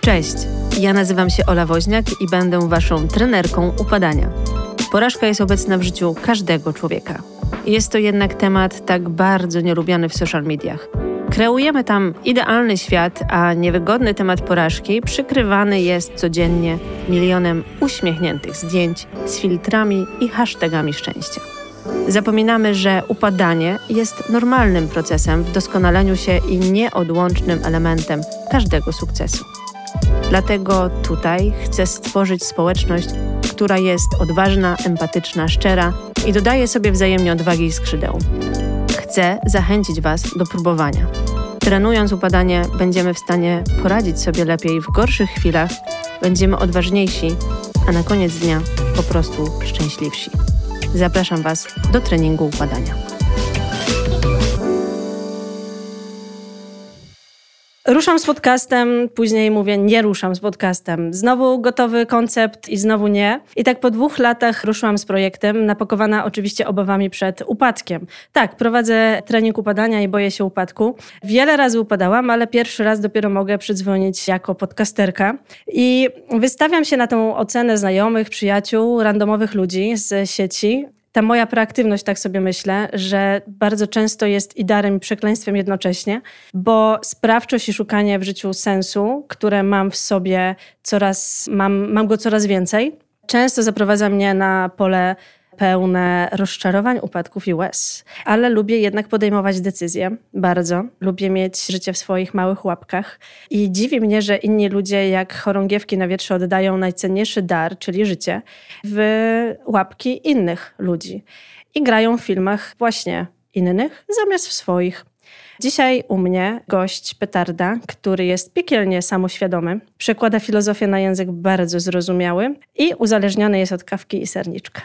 Cześć, ja nazywam się Ola Woźniak i będę waszą trenerką upadania. Porażka jest obecna w życiu każdego człowieka. Jest to jednak temat tak bardzo nielubiany w social mediach. Kreujemy tam idealny świat, a niewygodny temat porażki przykrywany jest codziennie milionem uśmiechniętych zdjęć z filtrami i hashtagami szczęścia. Zapominamy, że upadanie jest normalnym procesem w doskonaleniu się i nieodłącznym elementem każdego sukcesu. Dlatego tutaj chcę stworzyć społeczność, która jest odważna, empatyczna, szczera i dodaje sobie wzajemnie odwagi i skrzydeł. Chcę zachęcić Was do próbowania. Trenując upadanie, będziemy w stanie poradzić sobie lepiej w gorszych chwilach, będziemy odważniejsi, a na koniec dnia po prostu szczęśliwsi. Zapraszam Was do treningu upadania. Ruszam z podcastem, później mówię, nie ruszam z podcastem. Znowu gotowy koncept i znowu nie. I tak po 2 latach ruszyłam z projektem, napakowana oczywiście obawami przed upadkiem. Tak, prowadzę trening upadania i boję się upadku. Wiele razy upadałam, ale pierwszy raz dopiero mogę przydzwonić jako podcasterka. I wystawiam się na tą ocenę znajomych, przyjaciół, randomowych ludzi z sieci. Ta moja proaktywność, tak sobie myślę, że bardzo często jest i darem, i przekleństwem jednocześnie, bo sprawczość i szukanie w życiu sensu, które mam w sobie mam go coraz więcej, często zaprowadza mnie na pole pełne rozczarowań, upadków i łez. Ale lubię jednak podejmować decyzje, bardzo. Lubię mieć życie w swoich małych łapkach. I dziwi mnie, że inni ludzie jak chorągiewki na wietrze oddają najcenniejszy dar, czyli życie, w łapki innych ludzi. I grają w filmach właśnie innych, zamiast w swoich. Dzisiaj u mnie gość petarda, który jest piekielnie samoświadomy, przekłada filozofię na język bardzo zrozumiały i uzależniony jest od kawki i serniczka.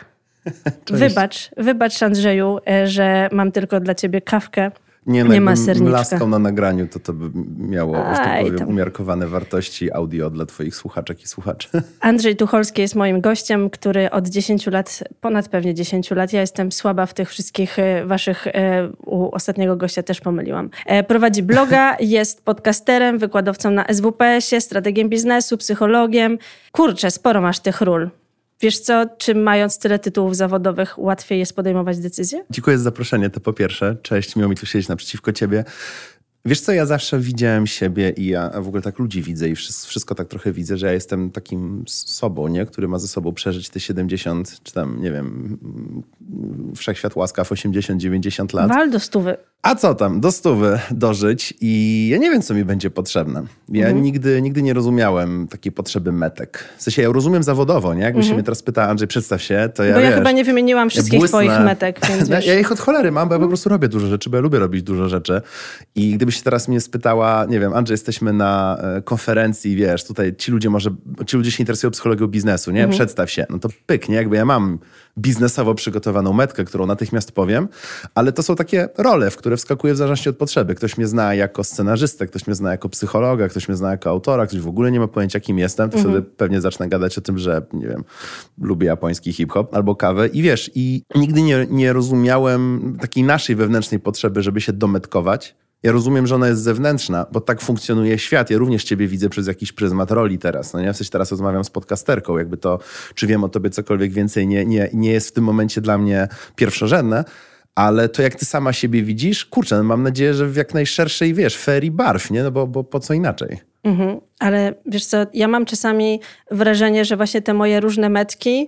Wybacz Andrzeju, że mam tylko dla ciebie kawkę, nie ma serniczka. Laskał na nagraniu, to by miało, że tak powiem, umiarkowane wartości audio dla twoich słuchaczek i słuchaczy. Andrzej Tucholski jest moim gościem, który od 10 lat, ponad pewnie 10 lat, ja jestem słaba w tych wszystkich waszych, u ostatniego gościa też pomyliłam. Prowadzi bloga, jest podcasterem, wykładowcą na SWPS-ie, strategiem biznesu, psychologiem. Kurczę, sporo masz tych ról. Wiesz co, czy mając tyle tytułów zawodowych łatwiej jest podejmować decyzje? Dziękuję za zaproszenie, to po pierwsze. Cześć, miło mi tu siedzieć naprzeciwko ciebie. Wiesz co, ja zawsze widziałem siebie i ja w ogóle tak ludzi widzę i wszystko tak trochę widzę, że ja jestem takim sobą, nie? Który ma ze sobą przeżyć te 70, czy tam, nie wiem, wszechświat łaskaw 80-90 lat. Wal do 100. A co tam, do 100 dożyć i ja nie wiem, co mi będzie potrzebne. Ja nigdy nie rozumiałem takiej potrzeby metek. W sensie ja rozumiem zawodowo, nie? Jakbyś się mnie teraz pytała, Andrzej, przedstaw się, to ja, bo ja chyba nie wymieniłam wszystkich twoich metek, więc wiesz. Ja ich od cholery mam, bo ja po prostu robię dużo rzeczy, bo ja lubię robić dużo rzeczy. I gdybyś teraz mnie spytała, nie wiem, Andrzej, jesteśmy na konferencji, wiesz, tutaj ci ludzie się interesują psychologią biznesu, nie? Przedstaw się. No to pyk, nie? Jakby ja mam biznesowo przygotowaną metkę, którą natychmiast powiem, ale to są takie role, w które wskakuję w zależności od potrzeby. Ktoś mnie zna jako scenarzystę, ktoś mnie zna jako psychologa, ktoś mnie zna jako autora, ktoś w ogóle nie ma pojęcia, kim jestem, to wtedy pewnie zacznę gadać o tym, że, nie wiem, lubię japoński hip-hop albo kawę i wiesz, i nigdy nie rozumiałem takiej naszej wewnętrznej potrzeby, żeby się dometkować. Ja rozumiem, że ona jest zewnętrzna, bo tak funkcjonuje świat. Ja również ciebie widzę przez jakiś pryzmat roli teraz. No nie? W sensie teraz rozmawiam z podcasterką. Jakby to, czy wiem o tobie cokolwiek więcej, nie jest w tym momencie dla mnie pierwszorzędne. Ale to jak ty sama siebie widzisz, kurczę, no mam nadzieję, że w jak najszerszej, wiesz, ferii barw, nie? No bo po co inaczej? Ale wiesz co, ja mam czasami wrażenie, że właśnie te moje różne metki,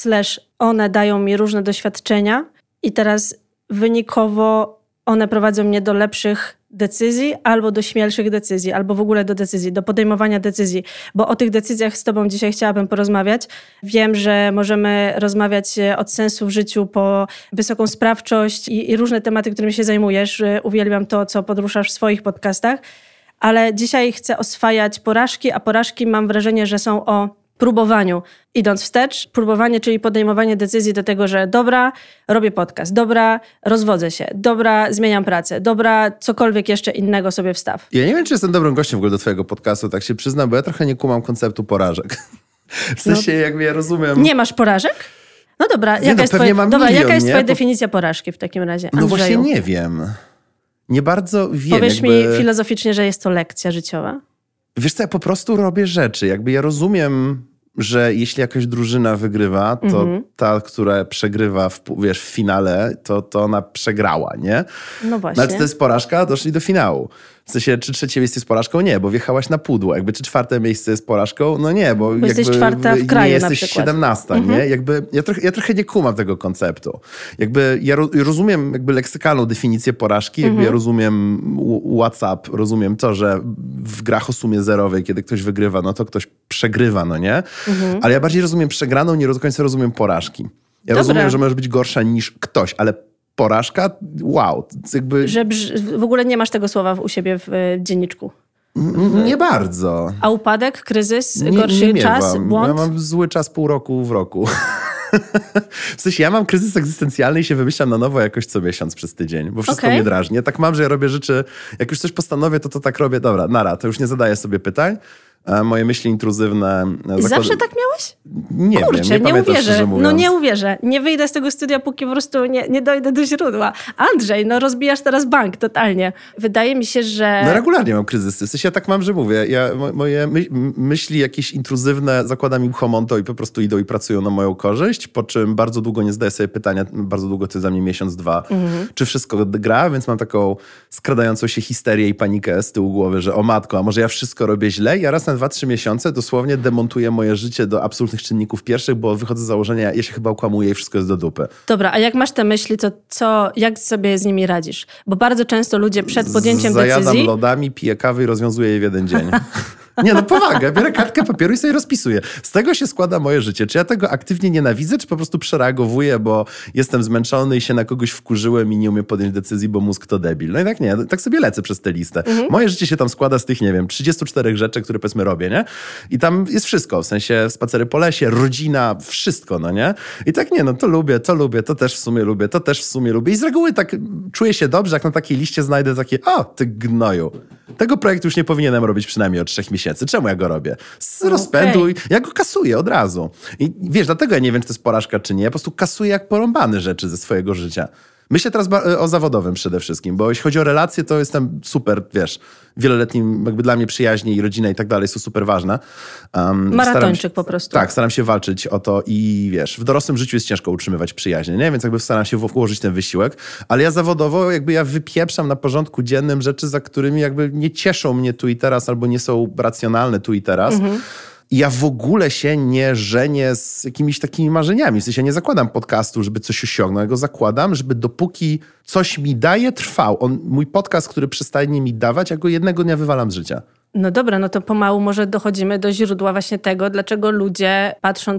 one dają mi różne doświadczenia i teraz wynikowo one prowadzą mnie do lepszych decyzji albo do śmielszych decyzji, albo w ogóle do decyzji, do podejmowania decyzji. Bo o tych decyzjach z tobą dzisiaj chciałabym porozmawiać. Wiem, że możemy rozmawiać od sensu w życiu po wysoką sprawczość i różne tematy, którymi się zajmujesz. Uwielbiam to, co podruszasz w swoich podcastach. Ale dzisiaj chcę oswajać porażki, a porażki mam wrażenie, że są o próbowaniu. Idąc wstecz, próbowanie, czyli podejmowanie decyzji do tego, że dobra, robię podcast, dobra, rozwodzę się, dobra, zmieniam pracę, dobra, cokolwiek jeszcze innego sobie wstaw. Ja nie wiem, czy jestem dobrym gościem w ogóle do twojego podcastu, tak się przyznam, bo ja trochę nie kumam konceptu porażek. W sensie, jakby ja rozumiem... Nie masz porażek? No dobra, jaka jest twoja definicja porażki w takim razie, Andrzeju? No właśnie nie wiem. Nie bardzo wiem. Powiesz mi filozoficznie, że jest to lekcja życiowa? Wiesz co, ja po prostu robię rzeczy. Jakby ja rozumiem, że jeśli jakaś drużyna wygrywa, to ta, która przegrywa w finale, to ona przegrała, nie? No właśnie. No ale to jest porażka, doszli do finału. W sensie, czy trzecie miejsce jest porażką? Nie, bo wjechałaś na pudło. Jakby, czy czwarte miejsce jest porażką? No nie, bo jesteś czwarta w kraju, nie jesteś na przykład. 17, nie? Jakby, ja trochę nie kumam tego konceptu. Jakby ja rozumiem jakby leksykalną definicję porażki, jakby ja rozumiem WhatsApp, rozumiem to, że w grach o sumie zerowej, kiedy ktoś wygrywa, no to ktoś przegrywa, no nie? Ale ja bardziej rozumiem przegraną, nie do końca rozumiem porażki. Ja rozumiem, że możesz być gorsza niż ktoś, ale porażka? Wow. Jakby... Że w ogóle nie masz tego słowa u siebie w dzienniczku. Nie bardzo. A upadek, kryzys, gorszy czas, błąd? Ja mam zły czas pół roku w roku. W sensie ja mam kryzys egzystencjalny i się wymyślam na nowo jakoś co miesiąc przez tydzień, bo wszystko mnie drażni. Ja tak mam, że ja robię rzeczy, jak już coś postanowię, to tak robię. Dobra, nara, to już nie zadaję sobie pytań. Moje myśli intruzywne... Zawsze tak miałeś? Nie wiem, nie pamiętam, szczerze mówiąc. No nie uwierzę. Nie wyjdę z tego studia, póki po prostu nie dojdę do źródła. Andrzej, no rozbijasz teraz bank totalnie. Wydaje mi się, że... No regularnie mam kryzysy. W sensie ja tak mam, że mówię. Moje myśli jakieś intruzywne, zakładam im homonto i po prostu idą i pracują na moją korzyść, po czym bardzo długo nie zdaję sobie pytania, bardzo długo to jest za mnie miesiąc, 2, czy wszystko gra, więc mam taką skradającą się histerię i panikę z tyłu głowy, że o matko, a może ja wszystko robię źle? Ja raz na 2-3 miesiące dosłownie demontuję moje życie do absolutnych czynników pierwszych, bo wychodzę z założenia, ja się chyba okłamuję i wszystko jest do dupy. Dobra, a jak masz te myśli, to jak sobie z nimi radzisz? Bo bardzo często ludzie przed podjęciem decyzji... Zajadam lodami, piję kawę i rozwiązuję je w jeden dzień. Nie, no powaga, biorę kartkę papieru i sobie rozpisuję. Z tego się składa moje życie. Czy ja tego aktywnie nienawidzę, czy po prostu przereagowuję, bo jestem zmęczony i się na kogoś wkurzyłem i nie umiem podjąć decyzji, bo mózg to debil. No i tak nie, tak sobie lecę przez tę listę. Moje życie się tam składa z tych, nie wiem, 34 rzeczy, które powiedzmy robię, nie? I tam jest wszystko, w sensie spacery po lesie, rodzina, wszystko, no nie? I tak nie, no to lubię, to też w sumie lubię, to też w sumie lubię. I z reguły tak czuję się dobrze, jak na takiej liście znajdę takie, o, ty gnoju. Tego projektu już nie powinienem robić przynajmniej od 3 miesięcy. Czemu ja go robię? Z rozpędu. Ja go kasuję od razu. I wiesz, dlatego ja nie wiem, czy to jest porażka, czy nie. Ja po prostu kasuję jak porąbane rzeczy ze swojego życia. Myślę teraz o zawodowym przede wszystkim, bo jeśli chodzi o relacje, to jestem super, wiesz, wieloletnim, jakby dla mnie przyjaźnie i rodzina i tak dalej są super ważne. Maratończyk po prostu. Tak, staram się walczyć o to i wiesz, w dorosłym życiu jest ciężko utrzymywać przyjaźnie, nie? Więc jakby staram się włożyć ten wysiłek, ale ja zawodowo jakby ja wypieprzam na porządku dziennym rzeczy, za którymi jakby nie cieszą mnie tu i teraz albo nie są racjonalne tu i teraz. I ja w ogóle się nie żenię z jakimiś takimi marzeniami. W sensie ja nie zakładam podcastu, żeby coś osiągnąć. Ja go zakładam, żeby dopóki coś mi daje, trwał. Mój podcast, który przestaje mi dawać, ja go jednego dnia wywalam z życia. No dobra, no to pomału może dochodzimy do źródła właśnie tego, dlaczego ludzie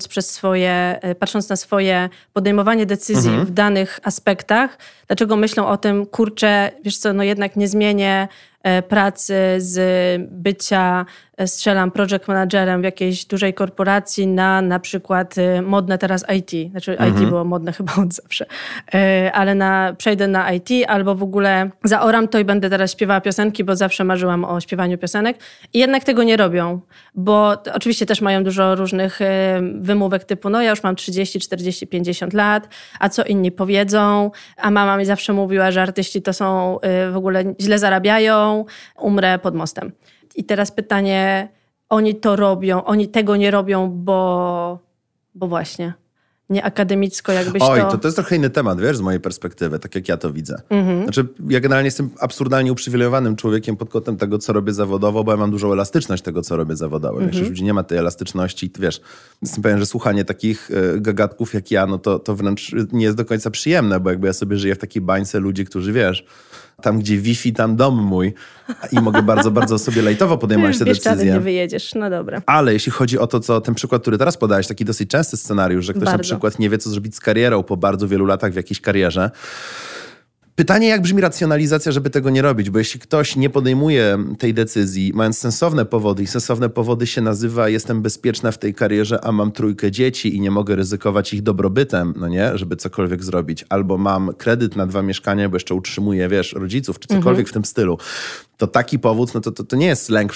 patrząc na swoje podejmowanie decyzji w danych aspektach, dlaczego myślą o tym, kurczę, wiesz co, no jednak nie zmienię pracy z bycia, strzelam project managerem w jakiejś dużej korporacji na przykład modne teraz IT. Znaczy IT było modne chyba od zawsze. Ale przejdę na IT albo w ogóle zaoram to i będę teraz śpiewała piosenki, bo zawsze marzyłam o śpiewaniu piosenek. I jednak tego nie robią, bo oczywiście też mają dużo różnych wymówek typu, no ja już mam 30, 40, 50 lat, a co inni powiedzą, a mama mi zawsze mówiła, że artyści to są w ogóle źle zarabiają, umrę pod mostem. I teraz pytanie, oni to robią, oni tego nie robią, bo właśnie nie akademicko jakbyś to jest trochę inny temat, wiesz, z mojej perspektywy, tak jak ja to widzę. Znaczy, ja generalnie jestem absurdalnie uprzywilejowanym człowiekiem pod kątem tego, co robię zawodowo, bo ja mam dużą elastyczność tego, co robię zawodowo. Większość ludzi nie ma tej elastyczności. Wiesz, jestem pewien, że słuchanie takich gagatków jak ja, no to wręcz nie jest do końca przyjemne, bo jakby ja sobie żyję w takiej bańce ludzi, którzy, wiesz, tam gdzie Wi-Fi, tam dom mój i mogę bardzo, bardzo sobie lejtowo podejmować te decyzje. nie wyjedziesz, no dobra. Ale jeśli chodzi o to, ten przykład, który teraz podałeś, taki dosyć częsty scenariusz, że ktoś na przykład nie wie, co zrobić z karierą po bardzo wielu latach w jakiejś karierze. Pytanie, jak brzmi racjonalizacja, żeby tego nie robić, bo jeśli ktoś nie podejmuje tej decyzji, mając sensowne powody i sensowne powody się nazywa jestem bezpieczna w tej karierze, a mam 3 dzieci i nie mogę ryzykować ich dobrobytem, no nie, żeby cokolwiek zrobić, albo mam kredyt na 2 mieszkania, bo jeszcze utrzymuję, wiesz, rodziców, czy cokolwiek w tym stylu, to taki powód, no to nie jest lęk przed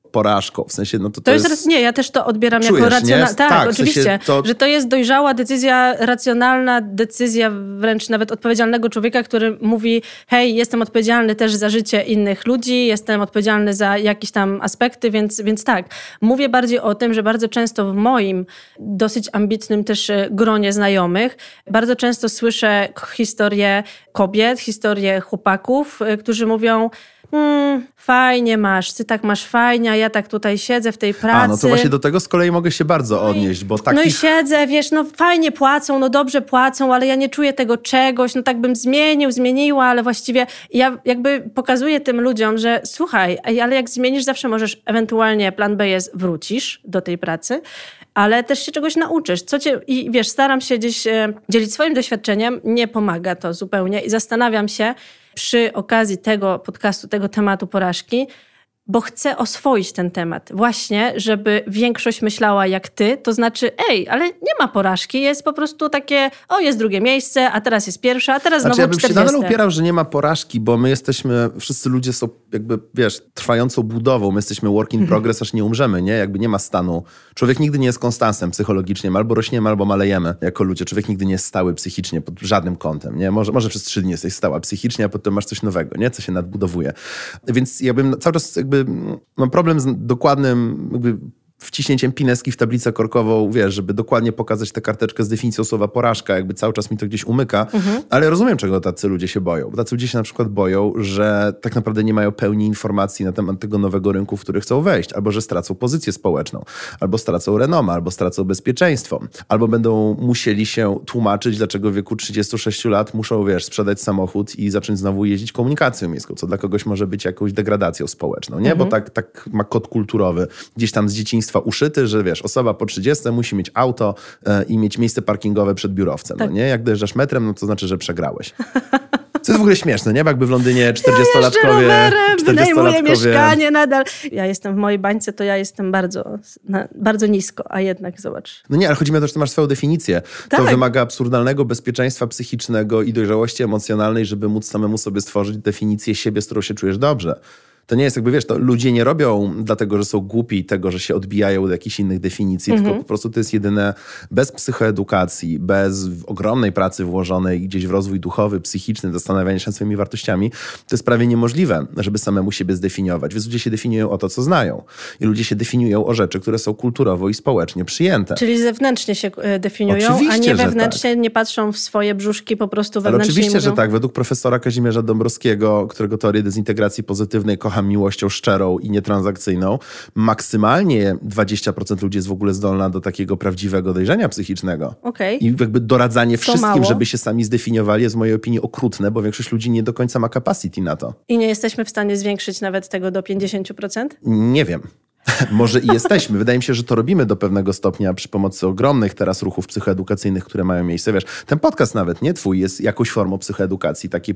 porażką. W sensie, no to jest... Nie, ja też to odbieram czujesz, jako racjonalne. Tak, oczywiście. W sensie że to jest dojrzała decyzja, racjonalna decyzja wręcz nawet odpowiedzialnego człowieka, który mówi, hej, jestem odpowiedzialny też za życie innych ludzi, jestem odpowiedzialny za jakieś tam aspekty, więc tak. Mówię bardziej o tym, że bardzo często w moim dosyć ambitnym też gronie znajomych bardzo często słyszę historie kobiet, historie chłopaków, którzy mówią, fajnie masz, ty tak masz fajnie, a ja tak tutaj siedzę w tej pracy. No to właśnie do tego z kolei mogę się bardzo odnieść, bo takich... No i siedzę, wiesz, no fajnie płacą, no dobrze płacą, ale ja nie czuję tego czegoś, no tak bym zmieniła, ale właściwie ja jakby pokazuję tym ludziom, że słuchaj, ale jak zmienisz, zawsze możesz, ewentualnie plan B jest, wrócisz do tej pracy, ale też się czegoś nauczysz. I wiesz, staram się gdzieś dzielić swoim doświadczeniem, nie pomaga to zupełnie i zastanawiam się przy okazji tego podcastu, tego tematu porażki, bo chcę oswoić ten temat. Właśnie, żeby większość myślała jak ty, to znaczy, ale nie ma porażki, jest po prostu takie, jest drugie miejsce, a teraz jest pierwsze, a teraz znowu 40. Ja bym się nadal upierał, że nie ma porażki, bo my jesteśmy, wszyscy ludzie są jakby, wiesz, trwającą budową, my jesteśmy work in progress, aż nie umrzemy, nie? Jakby nie ma stanu. Człowiek nigdy nie jest konstansem psychologicznie, albo rośniemy, albo malejemy jako ludzie. Człowiek nigdy nie jest stały psychicznie pod żadnym kątem, nie? Może przez 3 dni jesteś stała psychicznie, a potem masz coś nowego, nie? Co się nadbudowuje. Więc ja bym cały czas mam problem z dokładnym wciśnięciem pineski w tablicę korkową, wiesz, żeby dokładnie pokazać tę karteczkę z definicją słowa porażka, jakby cały czas mi to gdzieś umyka, ale rozumiem, czego tacy ludzie się boją. Bo tacy ludzie się na przykład boją, że tak naprawdę nie mają pełni informacji na temat tego nowego rynku, w który chcą wejść, albo że stracą pozycję społeczną, albo stracą renomę, albo stracą bezpieczeństwo, albo będą musieli się tłumaczyć, dlaczego w wieku 36 lat muszą, wiesz, sprzedać samochód i zacząć znowu jeździć komunikacją miejską, co dla kogoś może być jakąś degradacją społeczną, nie? Bo tak ma kod kulturowy gdzieś tam z dzieciństwa uszyty, że wiesz, osoba po 30 musi mieć auto i mieć miejsce parkingowe przed biurowcem. Tak. No nie? Jak dojeżdżasz metrem, no to znaczy, że przegrałeś. Co jest w ogóle śmieszne, nie? Bo jakby w Londynie 40-latkowie... wynajmuję mieszkanie nadal. Ja jestem w mojej bańce, to ja jestem bardzo nisko, a jednak zobacz. No nie, ale chodzi mi o to, że ty masz swoją definicję. Tak. To wymaga absurdalnego bezpieczeństwa psychicznego i dojrzałości emocjonalnej, żeby móc samemu sobie stworzyć definicję siebie, z którą się czujesz dobrze. To nie jest jakby, wiesz, to ludzie nie robią dlatego, że są głupi tego, że się odbijają od jakichś innych definicji, tylko po prostu to jest jedyne, bez psychoedukacji, bez ogromnej pracy włożonej gdzieś w rozwój duchowy, psychiczny, zastanawiania się nad swoimi wartościami, to jest prawie niemożliwe, żeby samemu siebie zdefiniować. Więc ludzie się definiują o to, co znają. I ludzie się definiują o rzeczy, które są kulturowo i społecznie przyjęte. Czyli zewnętrznie się definiują, oczywiście, a nie wewnętrznie, tak. Nie patrzą w swoje brzuszki, po prostu wewnętrznie. Ale oczywiście, że tak. Według profesora Kazimierza Dąbrowskiego, którego teorię dezintegracji pozytywnej kocham miłością szczerą i nietransakcyjną, maksymalnie 20% ludzi jest w ogóle zdolna do takiego prawdziwego dojrzenia psychicznego. Okay. I jakby doradzanie wszystkim, żeby się sami zdefiniowali, jest w mojej opinii okrutne, bo większość ludzi nie do końca ma capacity na to. I nie jesteśmy w stanie zwiększyć nawet tego do 50%? Nie wiem. Może i jesteśmy. Wydaje mi się, że to robimy do pewnego stopnia przy pomocy ogromnych teraz ruchów psychoedukacyjnych, które mają miejsce. Wiesz, ten podcast nawet, nie twój, jest jakąś formą psychoedukacji, takiej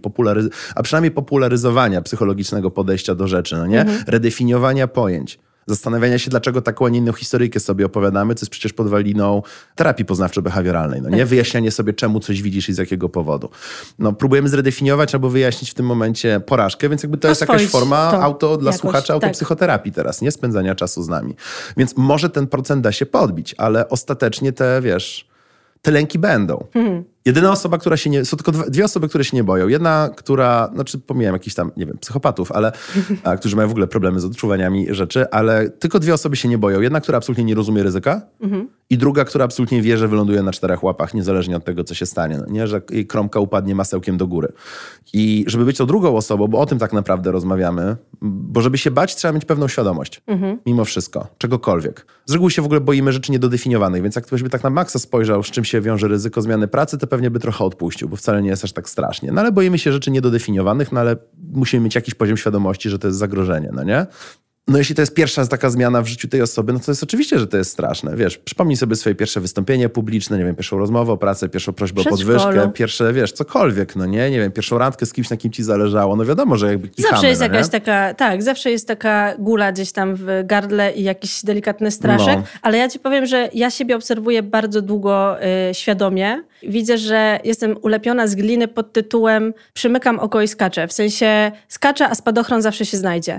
a przynajmniej popularyzowania psychologicznego podejścia do rzeczy, no nie? Redefiniowania pojęć. Zastanawiania się, dlaczego taką, a nie inną historyjkę sobie opowiadamy, co jest przecież podwaliną terapii poznawczo-behawioralnej. No nie? Wyjaśnianie sobie, czemu coś widzisz i z jakiego powodu. No, próbujemy zredefiniować albo wyjaśnić w tym momencie porażkę, więc jakby to jest jakaś forma słuchacza autopsychoterapii teraz, nie? Spędzania czasu z nami. Więc może ten procent da się podbić, ale ostatecznie te lęki będą. Jedyna osoba, która się nie... Są tylko 2 osoby, które się nie boją. Jedna, która... pomijam jakichś tam, nie wiem, psychopatów, ale którzy mają w ogóle problemy z odczuwaniami rzeczy, ale tylko 2 osoby się nie boją. Jedna, która absolutnie nie rozumie ryzyka i druga, która absolutnie wie, że wyląduje na 4 łapach, niezależnie od tego, co się stanie. No, nie? Że jej kromka upadnie masełkiem do góry. I żeby być tą drugą osobą, bo o tym tak naprawdę rozmawiamy, bo żeby się bać, trzeba mieć pewną świadomość. Mimo wszystko. Czegokolwiek. Z reguły się w ogóle boimy rzeczy niedodefiniowanych, więc jak ktoś by tak na maksa spojrzał, z czym się wiąże ryzyko zmiany pracy, to pewnie by trochę odpuścił, bo wcale nie jest aż tak strasznie. No ale boimy się rzeczy niedodefiniowanych, no ale musimy mieć jakiś poziom świadomości, że to jest zagrożenie, no nie? No jeśli to jest pierwsza taka zmiana w życiu tej osoby, no to jest oczywiście, że to jest straszne. Wiesz, przypomnij sobie swoje pierwsze wystąpienie publiczne, nie wiem, pierwszą rozmowę o pracę, pierwszą prośbę o podwyżkę, pierwsze, wiesz, cokolwiek, no nie wiem, pierwszą randkę z kimś, na kim ci zależało. No wiadomo, że jakby kichamy, zawsze jest jakaś taka, tak, zawsze jest taka gula gdzieś tam w gardle i jakiś delikatny straszek, ale ja ci powiem, że ja siebie obserwuję bardzo długo świadomie. Widzę, że jestem ulepiona z gliny pod tytułem przymykam oko i skaczę. W sensie skaczę, a spadochron zawsze się znajdzie.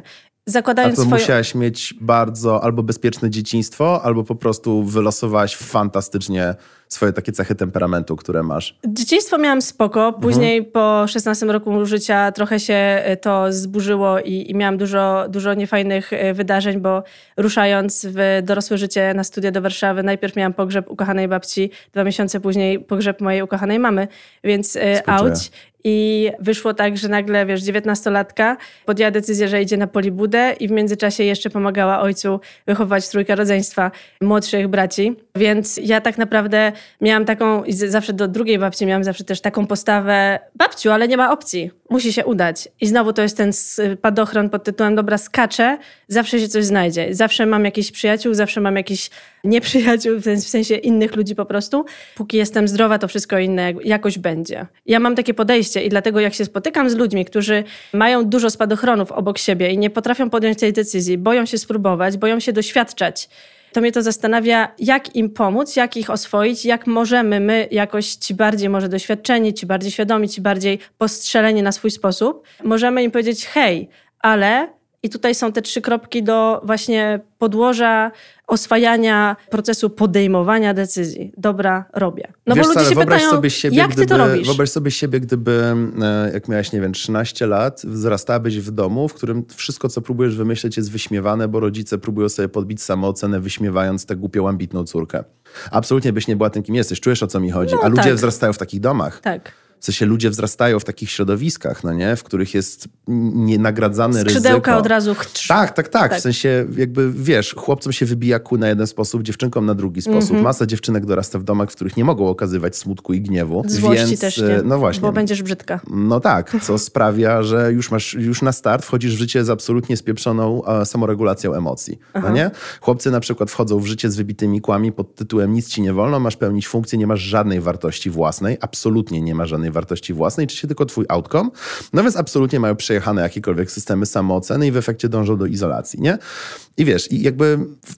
zakładając A to musiałaś mieć bardzo albo bezpieczne dzieciństwo, albo po prostu wylosowałaś fantastycznie swoje takie cechy temperamentu, które masz. Dzieciństwo miałam spoko. Później po 16 roku życia trochę się to zburzyło i miałam dużo niefajnych wydarzeń, bo ruszając w dorosłe życie na studia do Warszawy, najpierw miałam pogrzeb ukochanej babci, 2 miesiące później pogrzeb mojej ukochanej mamy, więc auć. I wyszło tak, że nagle, 19-latka podjęła decyzję, że idzie na polibudę i w międzyczasie jeszcze pomagała ojcu wychowywać 3 rodzeństwa młodszych braci. Więc ja tak naprawdę miałam taką, i zawsze do drugiej babci miałam zawsze też taką postawę, babciu, ale nie ma opcji, musi się udać. I znowu to jest ten spadochron pod tytułem, dobra, skaczę, zawsze się coś znajdzie. Zawsze mam jakichś przyjaciół, zawsze mam jakichś nieprzyjaciół, w sensie innych ludzi po prostu. Póki jestem zdrowa, to wszystko inne jakoś będzie. Ja mam takie podejście i dlatego jak się spotykam z ludźmi, którzy mają dużo spadochronów obok siebie i nie potrafią podjąć tej decyzji, boją się spróbować, boją się doświadczać, to mnie to zastanawia, jak im pomóc, jak ich oswoić, jak możemy my jakoś ci bardziej może doświadczeni, ci bardziej świadomi, ci bardziej postrzeleni na swój sposób, możemy im powiedzieć, hej, ale... I tutaj są te 3 kropki do właśnie podłoża oswajania procesu podejmowania decyzji. Dobra, robię. No wiesz, bo ludzie się pytają, jak ty to robisz? Wyobraź sobie siebie, gdyby, jak miałaś, 13 lat, wzrastałabyś w domu, w którym wszystko, co próbujesz wymyśleć, jest wyśmiewane, bo rodzice próbują sobie podbić samoocenę, wyśmiewając tę głupią, ambitną córkę. Absolutnie byś nie była tym, kim jesteś. Czujesz, o co mi chodzi. No, a ludzie tak. wzrastają w takich domach. Tak. W sensie ludzie wzrastają w takich środowiskach, no nie? W których jest nienagradzane ryzyko. Skrzydełka od razu. Tak. W sensie jakby, chłopcom się wybija kły na jeden sposób, dziewczynkom na drugi sposób. Masa dziewczynek dorasta w domach, w których nie mogą okazywać smutku i gniewu. Złości więc, też nie, no właśnie. bo będziesz brzydka. No tak, co sprawia, że już na start wchodzisz w życie z absolutnie spieprzoną samoregulacją emocji. No nie? Chłopcy na przykład wchodzą w życie z wybitymi kłami pod tytułem nic ci nie wolno, masz pełnić funkcję, nie masz żadnej wartości własnej, absolutnie nie ma żadnej wartości własnej, czy się tylko twój outcome. No więc absolutnie mają przejechane jakiekolwiek systemy samooceny i w efekcie dążą do izolacji, nie? I i jakby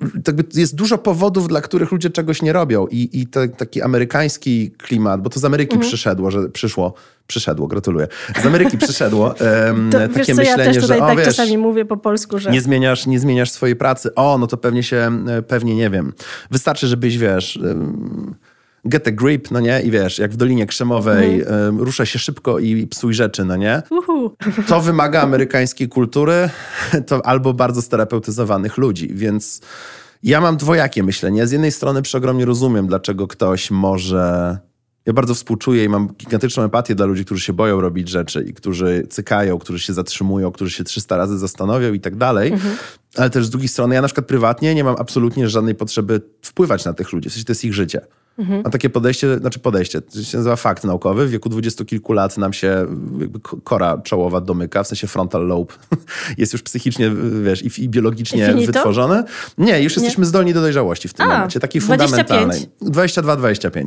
jest dużo powodów, dla których ludzie czegoś nie robią. I taki amerykański klimat, bo to z Ameryki przyszedło, gratuluję. Z Ameryki przyszedło takie wiesz co, myślenie, ja też tutaj że tak czasami mówię po polsku, że... Nie zmieniasz swojej pracy. No to pewnie nie wiem. Wystarczy, żebyś, get a grip, no nie? I jak w Dolinie Krzemowej rusza się szybko i psuj rzeczy, no nie? To wymaga amerykańskiej kultury, to albo bardzo sterapeutyzowanych ludzi, więc ja mam dwojakie myślenie. Z jednej strony przeogromnie rozumiem, dlaczego ktoś może... Ja bardzo współczuję i mam gigantyczną empatię dla ludzi, którzy się boją robić rzeczy i którzy cykają, którzy się zatrzymują, którzy się 300 razy zastanowią i tak dalej. Ale też z drugiej strony ja na przykład prywatnie nie mam absolutnie żadnej potrzeby wpływać na tych ludzi. W sensie to jest ich życie. A takie podejście, to się nazywa fakt naukowy. W wieku 20 kilku lat nam się kora czołowa domyka, w sensie frontal lobe jest już psychicznie, i biologicznie wytworzone. Nie, już jesteśmy zdolni do dojrzałości w tym momencie, takiej fundamentalnej. 22-25.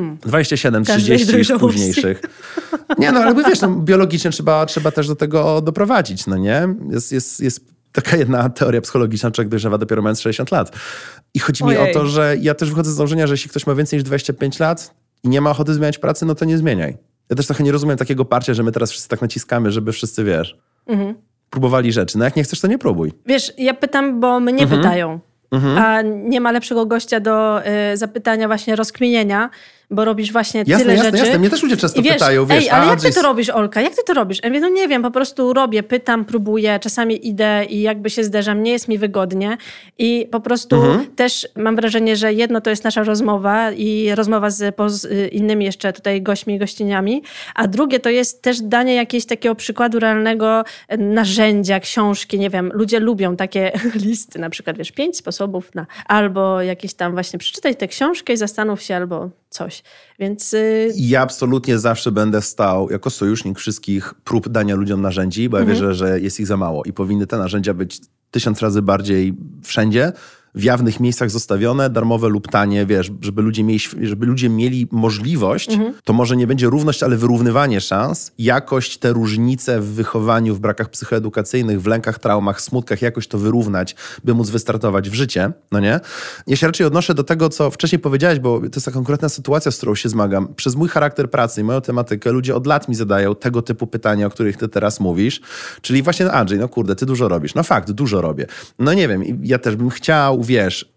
27, 30 już późniejszych. Nie, ale biologicznie trzeba też do tego doprowadzić, no nie? Jest taka jedna teoria psychologiczna, człowiek dojrzewa dopiero mając 60 lat. I chodzi mi o to, że ja też wychodzę z założenia, że jeśli ktoś ma więcej niż 25 lat i nie ma ochoty zmieniać pracy, no to nie zmieniaj. Ja też trochę nie rozumiem takiego parcia, że my teraz wszyscy tak naciskamy, żeby wszyscy, próbowali rzeczy. No jak nie chcesz, to nie próbuj. Ja pytam, bo mnie pytają. A nie ma lepszego gościa do zapytania, właśnie rozkminienia, bo robisz właśnie tyle rzeczy. Jasne. Mnie też ludzie często pytają, ale jak ty to robisz, Olka? Jak ty to robisz? Ja mówię, nie wiem, po prostu robię, pytam, próbuję, czasami idę i jakby się zderzam, nie jest mi wygodnie i po prostu też mam wrażenie, że jedno to jest nasza rozmowa i rozmowa z innymi jeszcze tutaj gośćmi i gościniami, a drugie to jest też danie jakiegoś takiego przykładu realnego narzędzia, książki, nie wiem, ludzie lubią takie listy, na przykład 5 sposobów na albo jakieś tam właśnie przeczytaj tę książkę i zastanów się albo coś. Więc... Ja absolutnie zawsze będę stał jako sojusznik wszystkich prób dania ludziom narzędzi, bo ja wierzę, że jest ich za mało i powinny te narzędzia być 1000 razy bardziej wszędzie, w jawnych miejscach zostawione, darmowe lub tanie, wiesz, żeby ludzie mieli możliwość, to może nie będzie równość, ale wyrównywanie szans, jakoś te różnice w wychowaniu, w brakach psychoedukacyjnych, w lękach, traumach, smutkach, jakoś to wyrównać, by móc wystartować w życie, no nie? Ja się raczej odnoszę do tego, co wcześniej powiedziałeś, bo to jest ta konkretna sytuacja, z którą się zmagam. Przez mój charakter pracy i moją tematykę ludzie od lat mi zadają tego typu pytania, o których ty teraz mówisz, czyli właśnie Andrzej, no kurde, ty dużo robisz. No fakt, dużo robię. No nie wiem, ja też bym chciał, wiesz,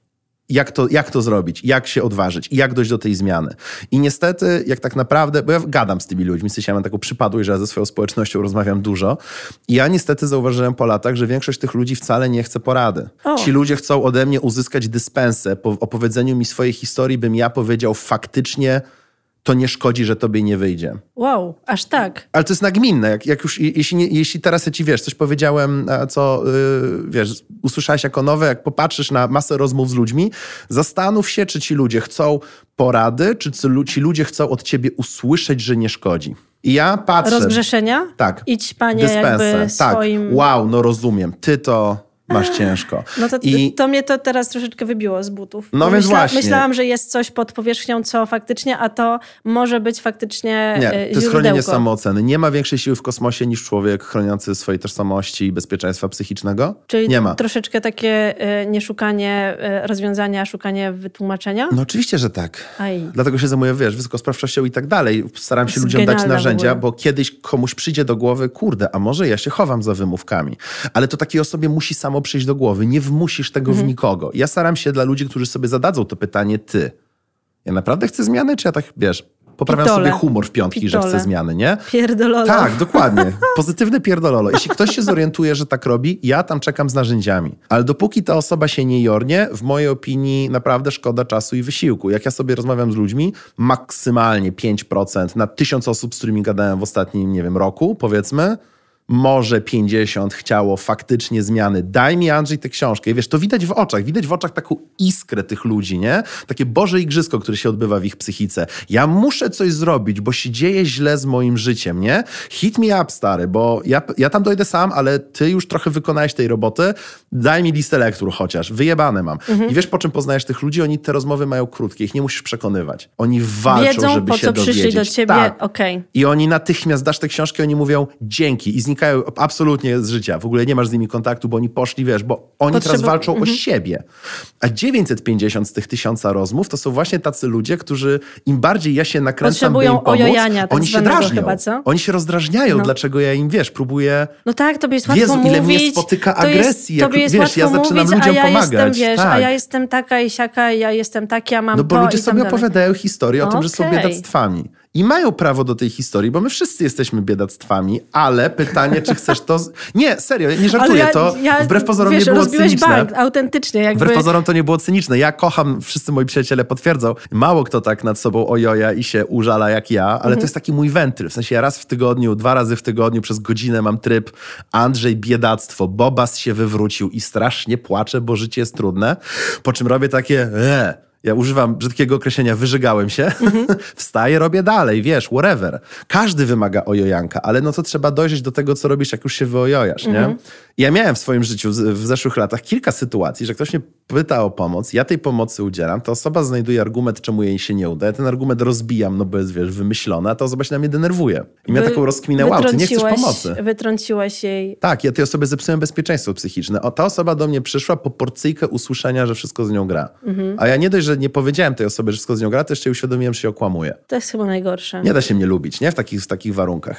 jak to zrobić, jak się odważyć i jak dojść do tej zmiany. I niestety, jak tak naprawdę, bo ja gadam z tymi ludźmi, w sensie ja mam taką przypadłość, że ja ze swoją społecznością rozmawiam dużo i ja niestety zauważyłem po latach, że większość tych ludzi wcale nie chce porady. Ci ludzie chcą ode mnie uzyskać dyspensę. Po opowiedzeniu mi swojej historii bym ja powiedział faktycznie, to nie szkodzi, że tobie nie wyjdzie. Wow, aż tak. Ale to jest nagminne. Jeśli teraz ja ci, wiesz, coś powiedziałem, co, wiesz, usłyszałeś jako nowe, jak popatrzysz na masę rozmów z ludźmi, zastanów się, czy ci ludzie chcą porady, czy ci ludzie chcą od ciebie usłyszeć, że nie szkodzi. I ja patrzę... Rozgrzeszenia? Tak. Idź, panie, dyspensę. jakby swoim... Tak. Wow, no rozumiem. Ty to... masz ciężko. No to mnie to teraz troszeczkę wybiło z butów. No więc właśnie. Myślałam, że jest coś pod powierzchnią, co faktycznie, a to może być faktycznie nie, to jest chronienie samooceny. Nie ma większej siły w kosmosie niż człowiek chroniący swojej tożsamości i bezpieczeństwa psychicznego. Czyli nie ma. Troszeczkę takie nie szukanie rozwiązania, a szukanie wytłumaczenia? No oczywiście, że tak. Dlatego się zajmuję, wiesz, wysokosprawczością i tak dalej. Staram się ludziom dać narzędzia, bo kiedyś komuś przyjdzie do głowy, kurde, a może ja się chowam za wymówkami. Ale to takiej osobie musi samo przyjść do głowy. Nie wmusisz tego w nikogo. Ja staram się dla ludzi, którzy sobie zadadzą to pytanie, ty, ja naprawdę chcę zmiany, czy ja tak, wiesz, poprawiam sobie humor w piątki, że chcę zmiany, nie? Pierdololo. Tak, dokładnie. Pozytywny pierdololo. Jeśli ktoś się zorientuje, że tak robi, ja tam czekam z narzędziami. Ale dopóki ta osoba się nie jornie, w mojej opinii naprawdę szkoda czasu i wysiłku. Jak ja sobie rozmawiam z ludźmi, maksymalnie 5% na 1000 osób, z którymi gadałem w ostatnim, nie wiem, roku, powiedzmy, może 50 chciało faktycznie zmiany. Daj mi, Andrzej, tę książkę. I wiesz, to widać w oczach. Widać w oczach taką iskrę tych ludzi, nie? Takie Boże igrzysko, które się odbywa w ich psychice. Ja muszę coś zrobić, bo się dzieje źle z moim życiem, nie? Hit me up, stary, bo ja tam dojdę sam, ale ty już trochę wykonałeś tej roboty. Daj mi listę lektur chociaż. Wyjebane mam. I wiesz, po czym poznajesz tych ludzi? Oni te rozmowy mają krótkie. Ich nie musisz przekonywać. Oni walczą, wiedzą, żeby po się co dowiedzieć. przyszli do ciebie. Tak. Okay. I oni natychmiast dasz tę książkę, oni mówią dzięki i znikają absolutnie z życia. W ogóle nie masz z nimi kontaktu, bo oni poszli, wiesz, bo oni teraz walczą o siebie. A 950 z tych 1000 rozmów to są właśnie tacy ludzie, którzy im bardziej ja się nakręcam, by im pomóc, ojojania, tak oni się drażnią. Chyba, co? Oni się rozdrażniają, dlaczego ja im, wiesz, próbuję... No tak, tobie jest łatwo Jezu, mówić. ile mnie spotyka agresji. Tobie jest łatwo ja zaczynam mówić, ludziom a ja pomagać. Jestem, wiesz, tak. A ja jestem taka i siaka, ja jestem taki, ja mam no bo ludzie sobie opowiadają historię o tym, że są Okay. biedactwami. I mają prawo do tej historii, bo my wszyscy jesteśmy biedactwami, ale pytanie, czy chcesz to... Nie, serio, nie żartuję. To wbrew pozorom nie było cyniczne. Bank, autentycznie. Jakby... Wbrew pozorom to nie było cyniczne. Ja kocham, wszyscy moi przyjaciele potwierdzą, mało kto tak nad sobą ojoja i się użala jak ja, ale to jest taki mój wentyl. W sensie ja raz w tygodniu, 2 razy w tygodniu przez godzinę mam tryb Andrzej biedactwo, Bobas się wywrócił i strasznie płaczę, bo życie jest trudne. Po czym robię takie... Ja używam brzydkiego określenia, wyżygałem się, wstaję, robię dalej, wiesz, whatever. Każdy wymaga ojojanka, ale no to trzeba dojrzeć do tego, co robisz, jak już się wyojojasz, nie? Ja miałem w swoim życiu w zeszłych latach kilka sytuacji, że ktoś mnie pyta o pomoc, ja tej pomocy udzielam, ta osoba znajduje argument, czemu jej się nie uda, ja ten argument rozbijam, no bo jest, wiesz, wymyślona, a ta osoba się na mnie denerwuje. I miałem taką rozkminę, wow, ty nie chcesz pomocy. Wytrąciłeś jej... Tak, ja tej osobie zepsułem bezpieczeństwo psychiczne. Ta osoba do mnie przyszła po porcyjkę usłyszenia, że wszystko z nią gra. A ja nie dość, że nie powiedziałem tej osobie, że wszystko z nią gra, to jeszcze uświadomiłem, że się okłamuje. To jest chyba najgorsze. Nie da się mnie lubić, nie? W takich warunkach.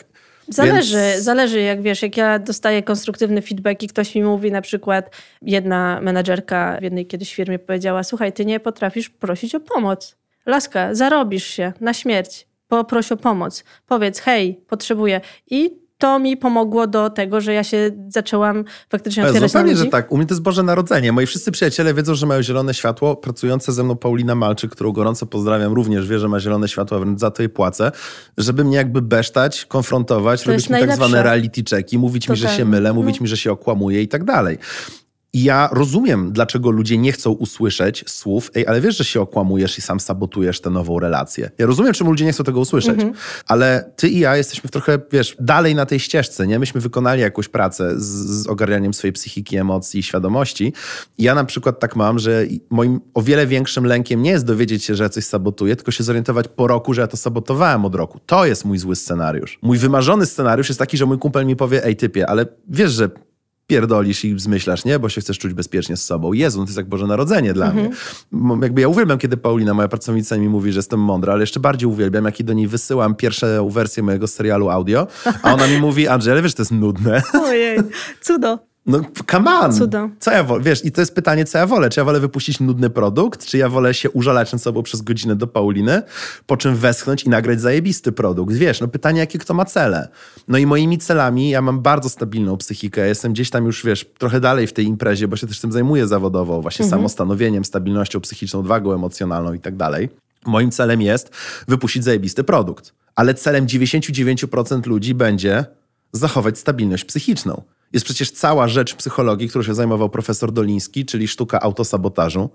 Zależy, jak wiesz, jak ja dostaję konstruktywny feedback i ktoś mi mówi, na przykład jedna menadżerka w jednej kiedyś firmie powiedziała, słuchaj, ty nie potrafisz prosić o pomoc. Laska, zarobisz się na śmierć. Poproś o pomoc. Powiedz, hej, potrzebuję. I to mi pomogło do tego, że ja się zaczęłam faktycznie otwierać na ludzi. Że tak. U mnie to jest Boże Narodzenie. Moi wszyscy przyjaciele wiedzą, że mają zielone światło. Pracująca ze mną Paulina Malczyk, którą gorąco pozdrawiam, również wie, że ma zielone światło, a wręcz za to jej płacę. Żeby mnie jakby besztać, konfrontować, robić mi tak zwane reality checki, mówić mi, że się mylę, mówić mi, że się okłamuję i tak dalej. I ja rozumiem, dlaczego ludzie nie chcą usłyszeć słów, ale wiesz, że się okłamujesz i sam sabotujesz tę nową relację. Ja rozumiem, czemu ludzie nie chcą tego usłyszeć, ale ty i ja jesteśmy trochę, wiesz, dalej na tej ścieżce, nie? Myśmy wykonali jakąś pracę z ogarnianiem swojej psychiki, emocji i świadomości. I ja na przykład tak mam, że moim o wiele większym lękiem nie jest dowiedzieć się, że ja coś sabotuję, tylko się zorientować po roku, że ja to sabotowałem od roku. To jest mój zły scenariusz. Mój wymarzony scenariusz jest taki, że mój kumpel mi powie, ej typie, ale wiesz, że pierdolisz i zmyślasz, nie? Bo się chcesz czuć bezpiecznie z sobą. Jezu, no to jest jak Boże Narodzenie dla mnie. Jakby ja uwielbiam, kiedy Paulina, moja pracownica, mi mówi, że jestem mądra, ale jeszcze bardziej uwielbiam, jak do niej wysyłam pierwszą wersję mojego serialu audio, a ona mi mówi, Andrzej, ale wiesz, to jest nudne. Ojej, cudo. No come on! Cudo. Co ja wolę? Wiesz, i to jest pytanie, co ja wolę? Czy ja wolę wypuścić nudny produkt, czy ja wolę się użalać nad sobą przez godzinę do Pauliny, po czym westchnąć i nagrać zajebisty produkt? Wiesz, no pytanie, jakie kto ma cele. No i moimi celami, ja mam bardzo stabilną psychikę, jestem gdzieś tam już, wiesz, trochę dalej w tej imprezie, bo się też tym zajmuję zawodowo, właśnie samostanowieniem, stabilnością psychiczną, odwagą emocjonalną i tak dalej. Moim celem jest wypuścić zajebisty produkt. Ale celem 99% ludzi będzie zachować stabilność psychiczną. Jest przecież cała rzecz psychologii, którą się zajmował profesor Doliński, czyli sztuka autosabotażu.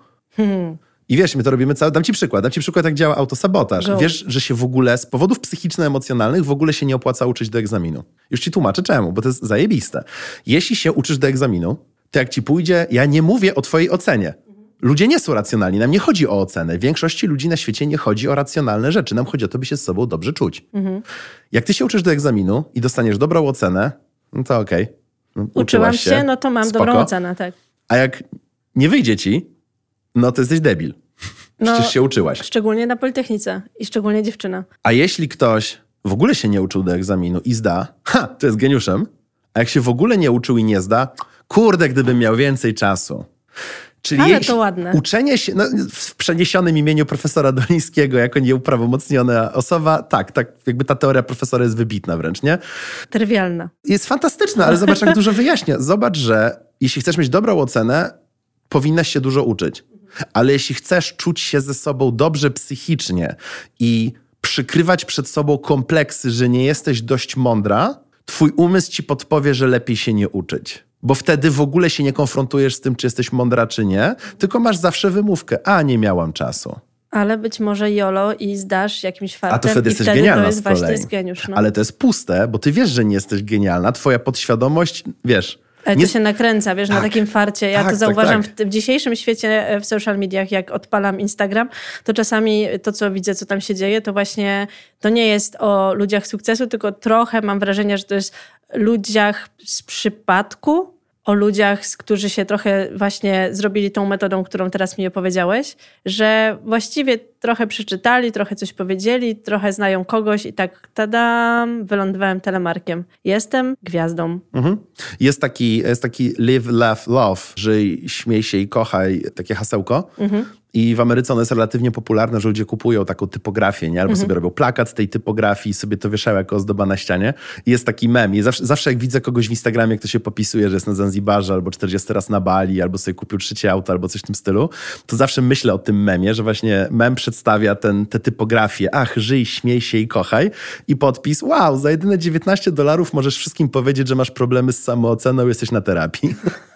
I wiesz, my to robimy cały... Dam ci przykład, jak działa autosabotaż. Go. Wiesz, że się w ogóle z powodów psychiczno-emocjonalnych w ogóle się nie opłaca uczyć do egzaminu. Już ci tłumaczę czemu, bo to jest zajebiste. Jeśli się uczysz do egzaminu, to jak ci pójdzie... Ja nie mówię o twojej ocenie. Ludzie nie są racjonalni, nam nie chodzi o ocenę. Większości ludzi na świecie nie chodzi o racjonalne rzeczy. Nam chodzi o to, by się z sobą dobrze czuć. Jak ty się uczysz do egzaminu i dostaniesz dobrą ocenę, no to okej. Uczyłam się, no to mam spoko. dobrą ocenę, tak. A jak nie wyjdzie ci, no to jesteś debil. Przecież się uczyłaś. Szczególnie na Politechnice i szczególnie dziewczyna. A jeśli ktoś w ogóle się nie uczył do egzaminu i zda, to jest geniuszem. A jak się w ogóle nie uczył i nie zda, kurde, gdybym miał więcej czasu. Czyli ale to ładne. Uczenie się, no, w przeniesionym imieniu profesora Dolińskiego jako nieuprawomocniona osoba, tak, jakby ta teoria profesora jest wybitna wręcz, nie? Trywialna. Jest fantastyczna, ale zobacz, jak dużo wyjaśnia. Zobacz, że jeśli chcesz mieć dobrą ocenę, powinnaś się dużo uczyć. Ale jeśli chcesz czuć się ze sobą dobrze psychicznie i przykrywać przed sobą kompleksy, że nie jesteś dość mądra, twój umysł ci podpowie, że lepiej się nie uczyć. Bo wtedy w ogóle się nie konfrontujesz z tym, czy jesteś mądra, czy nie, tylko masz zawsze wymówkę. A, nie miałam czasu. Ale być może YOLO i zdasz jakimś fartem. A to wtedy jesteś wtedy genialna to jest z kolei. właśnie jest geniusz. No. Ale to jest puste, bo ty wiesz, że nie jesteś genialna. Twoja podświadomość, wiesz... Ale nie... to się nakręca, wiesz, na takim farcie. Ja to zauważam w dzisiejszym świecie, w social mediach, jak odpalam Instagram, to czasami to, co widzę, co tam się dzieje, to właśnie to nie jest o ludziach sukcesu, tylko trochę mam wrażenie, że to jest ludziach z przypadku, o ludziach, którzy się trochę właśnie zrobili tą metodą, którą teraz mi opowiedziałeś, że właściwie trochę przeczytali, trochę coś powiedzieli, trochę znają kogoś i tak tadam, wylądowałem telemarkiem. Jestem gwiazdą. Jest taki live, laugh, love, żyj, śmiej się i kochaj, takie hasełko. I w Ameryce ono jest relatywnie popularne, że ludzie kupują taką typografię, nie? Albo sobie robią plakat tej typografii i sobie to wieszają jako ozdoba na ścianie. I jest taki mem. I zawsze jak widzę kogoś w Instagramie, kto się popisuje, że jest na Zanzibarze, albo 40 raz na Bali, albo sobie kupił 3 auto, albo coś w tym stylu, to zawsze myślę o tym memie, że właśnie mem przedstawia tę typografię. Ach, żyj, śmiej się i kochaj. I podpis, wow, za jedyne $19 możesz wszystkim powiedzieć, że masz problemy z samooceną i jesteś na terapii.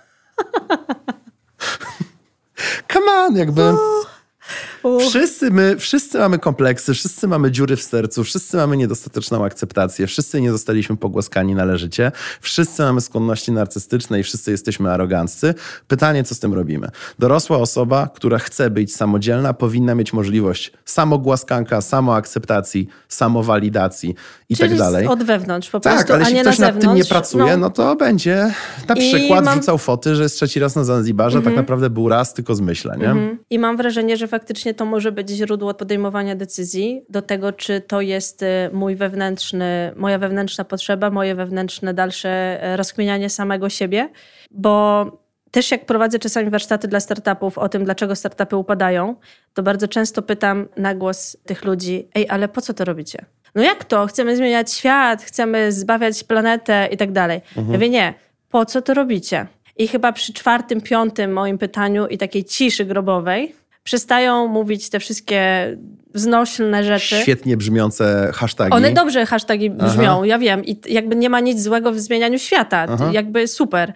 Come on, jakby... Wszyscy mamy kompleksy, wszyscy mamy dziury w sercu, wszyscy mamy niedostateczną akceptację, wszyscy nie zostaliśmy pogłaskani należycie, wszyscy mamy skłonności narcystyczne i wszyscy jesteśmy aroganccy. Pytanie, co z tym robimy? Dorosła osoba, która chce być samodzielna, powinna mieć możliwość samogłaskanka, samoakceptacji, samowalidacji i czyli tak dalej. Od wewnątrz po tak, prostu, ale a jeśli nie ktoś na nad zewnątrz, tym nie pracuje, no to będzie na przykład wrzucał foty, że jest 3 raz na Zanzibarze, tak naprawdę był raz, tylko zmyśla, nie? I mam wrażenie, że faktycznie to może być źródło podejmowania decyzji do tego, czy to jest moja wewnętrzna potrzeba, moje wewnętrzne dalsze rozkminianie samego siebie, bo też jak prowadzę czasami warsztaty dla startupów o tym, dlaczego startupy upadają, to bardzo często pytam na głos tych ludzi, ale po co to robicie? No jak to? Chcemy zmieniać świat, chcemy zbawiać planetę i tak dalej. Ja mówię, nie, po co to robicie? I chyba przy 4., 5. moim pytaniu i takiej ciszy grobowej przestają mówić te wszystkie wznośne rzeczy. Świetnie brzmiące hasztagi. One dobrze hasztagi brzmią, ja wiem. I jakby nie ma nic złego w zmienianiu świata. Jakby super.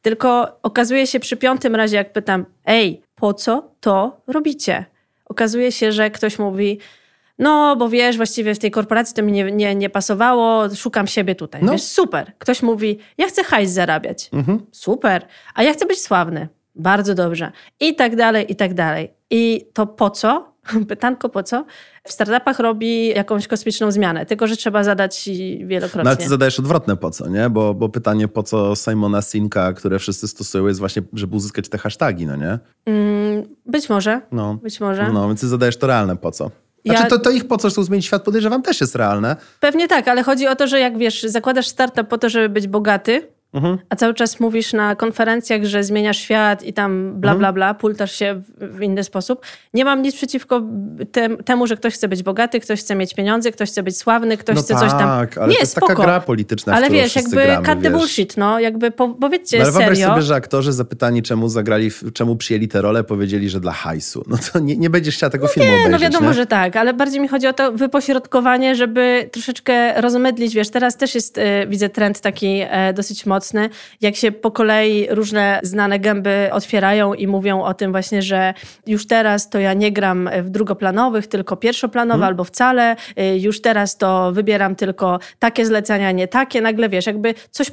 Tylko okazuje się przy 5. razie, jak pytam, po co to robicie? Okazuje się, że ktoś mówi, no bo wiesz, właściwie w tej korporacji to mi nie pasowało, szukam siebie tutaj. Wiesz, super. Ktoś mówi, ja chcę hajs zarabiać. Super. A ja chcę być sławny. Bardzo dobrze. I tak dalej, i tak dalej. I to po co? Pytanko po co? W startupach robi jakąś kosmiczną zmianę, tylko że trzeba zadać wielokrotnie. No ale ty zadajesz odwrotne po co, nie? Bo pytanie po co Simona Sinka, które wszyscy stosują, jest właśnie, żeby uzyskać te hasztagi, no nie? Być może. Być może. No, więc ty zadajesz to realne po co. Znaczy to ich po co chcą zmienić świat, podejrzewam, też jest realne. Pewnie tak, ale chodzi o to, że jak wiesz, zakładasz startup po to, żeby być bogaty, a cały czas mówisz na konferencjach, że zmieniasz świat i tam bla, bla, bla, pultasz się w inny sposób. Nie mam nic przeciwko temu, że ktoś chce być bogaty, ktoś chce mieć pieniądze, ktoś chce być sławny, ktoś chce coś tam. Tak, ale to jest taka gra polityczna, ale w którą wiesz, jakby gramy, cut the bullshit, no, jakby powiedzcie ale serio. wyobraź sobie, że aktorzy zapytani, czemu przyjęli tę rolę, powiedzieli, że dla hajsu. No to nie będziesz chciała tego filmu obejrzeć, no wiadomo, że tak, ale bardziej mi chodzi o to wypośrodkowanie, żeby troszeczkę rozmydlić, wiesz, teraz też jest, widzę trend taki dosyć mocny, jak się po kolei różne znane gęby otwierają i mówią o tym właśnie, że już teraz to ja nie gram w drugoplanowych, tylko pierwszoplanowe albo wcale, już teraz to wybieram tylko takie zlecenia, nie takie. Nagle wiesz, jakby